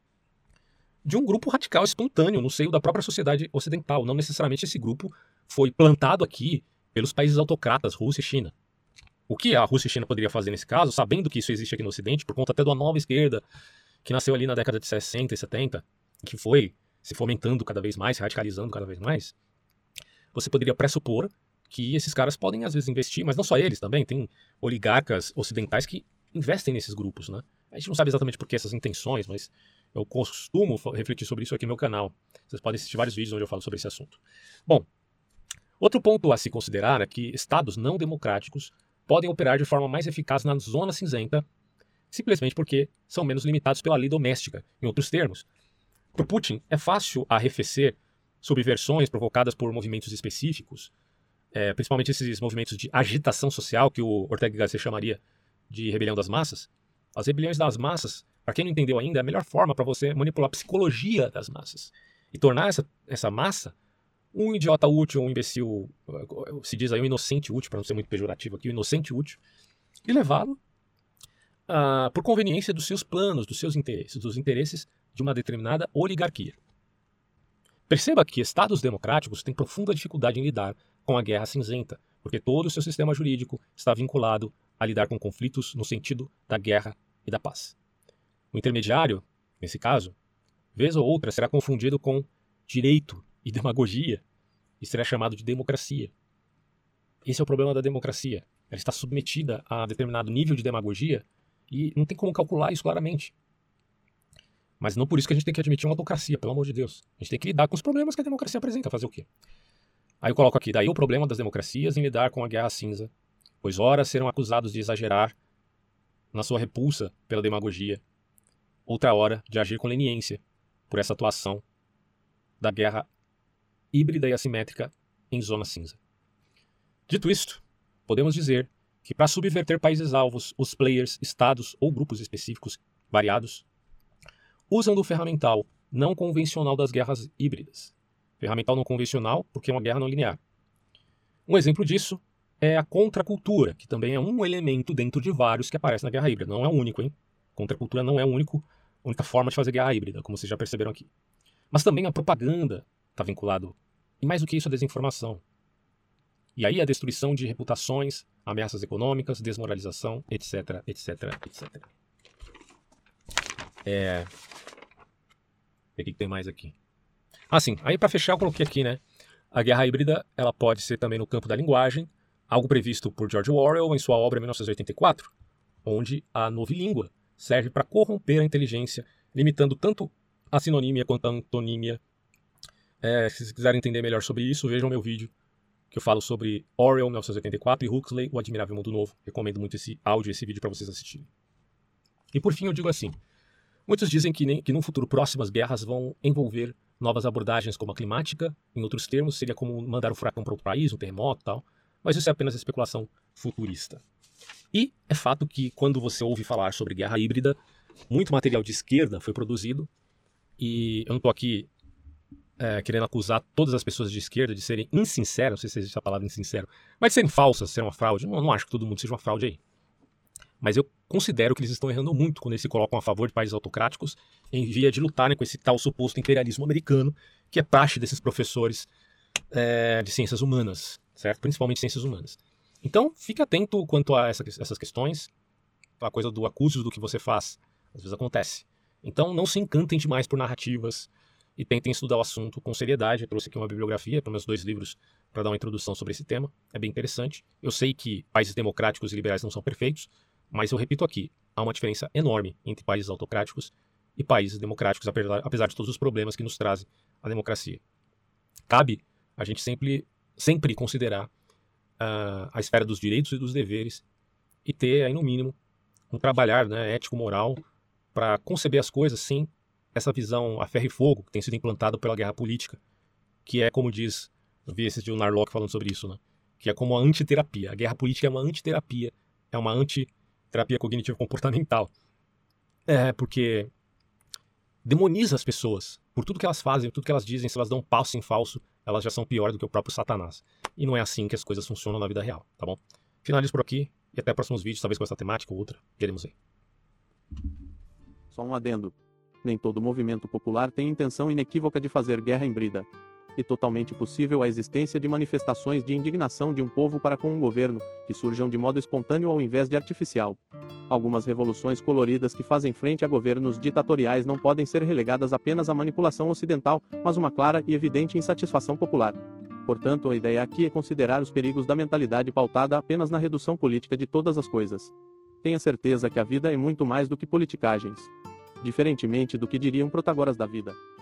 de um grupo radical espontâneo no seio da própria sociedade ocidental. Não necessariamente esse grupo foi plantado aqui pelos países autocratas, Rússia e China. O que a Rússia e a China poderiam fazer nesse caso, sabendo que isso existe aqui no Ocidente, por conta até de uma nova esquerda que nasceu ali na década de sessenta e setenta, que foi se fomentando cada vez mais, se radicalizando cada vez mais, você poderia pressupor que esses caras podem às vezes investir, mas não só eles também, tem oligarcas ocidentais que investem nesses grupos, né? A gente não sabe exatamente por que essas intenções, mas eu costumo refletir sobre isso aqui no meu canal. Vocês podem assistir vários vídeos onde eu falo sobre esse assunto. Bom, outro ponto a se considerar é que estados não democráticos podem operar de forma mais eficaz na zona cinzenta, simplesmente porque são menos limitados pela lei doméstica. Em outros termos, para Putin é fácil arrefecer subversões provocadas por movimentos específicos, é, principalmente esses movimentos de agitação social que o Ortega y Gasset chamaria de rebelião das massas. As rebeliões das massas, para quem não entendeu ainda, é a melhor forma para você manipular a psicologia das massas e tornar essa, essa massa um idiota útil, um imbecil, se diz aí um inocente útil, para não ser muito pejorativo aqui, um inocente útil, e levá-lo ah, por conveniência dos seus planos, dos seus interesses, dos interesses de uma determinada oligarquia. Perceba que estados democráticos têm profunda dificuldade em lidar com a guerra cinzenta, porque todo o seu sistema jurídico está vinculado a lidar com conflitos no sentido da guerra e da paz. O intermediário, nesse caso, vez ou outra será confundido com direito e demagogia e será chamado de democracia. esse é o problema da democracia. Ela está submetida a determinado nível de demagogia e não tem como calcular isso claramente. Mas não por isso que a gente tem que admitir uma autocracia, pelo amor de Deus. A gente tem que lidar com os problemas que a democracia apresenta, fazer o quê? Aí eu coloco aqui, daí o problema das democracias em lidar com a guerra cinza, pois ora serão acusados de exagerar na sua repulsa pela demagogia, outra hora de agir com leniência por essa atuação da guerra híbrida e assimétrica em zona cinza. Dito isto, podemos dizer que para subverter países alvos, os players, estados ou grupos específicos variados usam do ferramental não convencional das guerras híbridas. Ferramental não convencional porque é uma guerra não linear. Um exemplo disso é a contracultura, que também é um elemento dentro de vários que aparece na guerra híbrida. Não é o único, hein? Contracultura não é o único, a única forma de fazer guerra híbrida, como vocês já perceberam aqui. Mas também a propaganda está vinculado, e mais do que isso, a desinformação. E aí a destruição de reputações, ameaças econômicas, desmoralização, etc, etc, etcétera. É... O que tem mais aqui? Ah, sim. Aí para fechar eu coloquei aqui, né? A guerra híbrida, ela pode ser também no campo da linguagem, algo previsto por George Orwell em sua obra mil novecentos e oitenta e quatro, onde a novilíngua serve para corromper a inteligência, limitando tanto a sinonímia quanto a antonímia. É, se vocês quiserem entender melhor sobre isso, vejam meu vídeo que eu falo sobre Orwell mil novecentos e oitenta e quatro e Huxley, O Admirável Mundo Novo. Recomendo muito esse áudio e esse vídeo para vocês assistirem. E por fim eu digo assim, muitos dizem que, nem, que num futuro próximo as guerras vão envolver novas abordagens como a climática, em outros termos seria como mandar o furacão para outro país, um terremoto e tal, mas isso é apenas especulação futurista. E é fato que quando você ouve falar sobre guerra híbrida, muito material de esquerda foi produzido, e eu não estou aqui é, querendo acusar todas as pessoas de esquerda de serem insinceras, não sei se existe a palavra insincero, mas de serem falsas, serem uma fraude. Eu não, não acho que todo mundo seja uma fraude aí. Mas eu considero que eles estão errando muito quando eles se colocam a favor de países autocráticos em via de lutarem com esse tal suposto imperialismo americano, que é praxe desses professores é, de ciências humanas, certo? Principalmente ciências humanas. Então, fique atento quanto a essa, essas questões. A coisa do acuse do que você faz, às vezes acontece. Então, não se encantem demais por narrativas e tentem estudar o assunto com seriedade. Eu trouxe aqui uma bibliografia para meus dois livros para dar uma introdução sobre esse tema. É bem interessante. Eu sei que países democráticos e liberais não são perfeitos, mas eu repito aqui, há uma diferença enorme entre países autocráticos e países democráticos, apesar, apesar de todos os problemas que nos trazem a democracia. Cabe a gente sempre, sempre considerar uh, a esfera dos direitos e dos deveres e ter, aí no mínimo, um trabalhar, né, ético-moral para conceber as coisas sem essa visão a ferro e fogo que tem sido implantada pela guerra política, que é, como diz, eu vi esse de Narlock falando sobre isso, né, que é como a antiterapia. A guerra política é uma antiterapia, é uma anti terapia cognitivo-comportamental. É, porque demoniza as pessoas por tudo que elas fazem, por tudo que elas dizem. Se elas dão um passo em falso, elas já são piores do que o próprio Satanás. E não é assim que as coisas funcionam na vida real, tá bom? Finalizo por aqui e até próximos vídeos, talvez com essa temática ou outra. Veremos aí. Só um adendo. Nem todo movimento popular tem intenção inequívoca de fazer guerra híbrida. E totalmente possível a existência de manifestações de indignação de um povo para com um governo, que surjam de modo espontâneo ao invés de artificial. Algumas revoluções coloridas que fazem frente a governos ditatoriais não podem ser relegadas apenas à manipulação ocidental, mas uma clara e evidente insatisfação popular. Portanto, a ideia aqui é considerar os perigos da mentalidade pautada apenas na redução política de todas as coisas. Tenha certeza que a vida é muito mais do que politicagens. Diferentemente do que diriam protagoras da vida.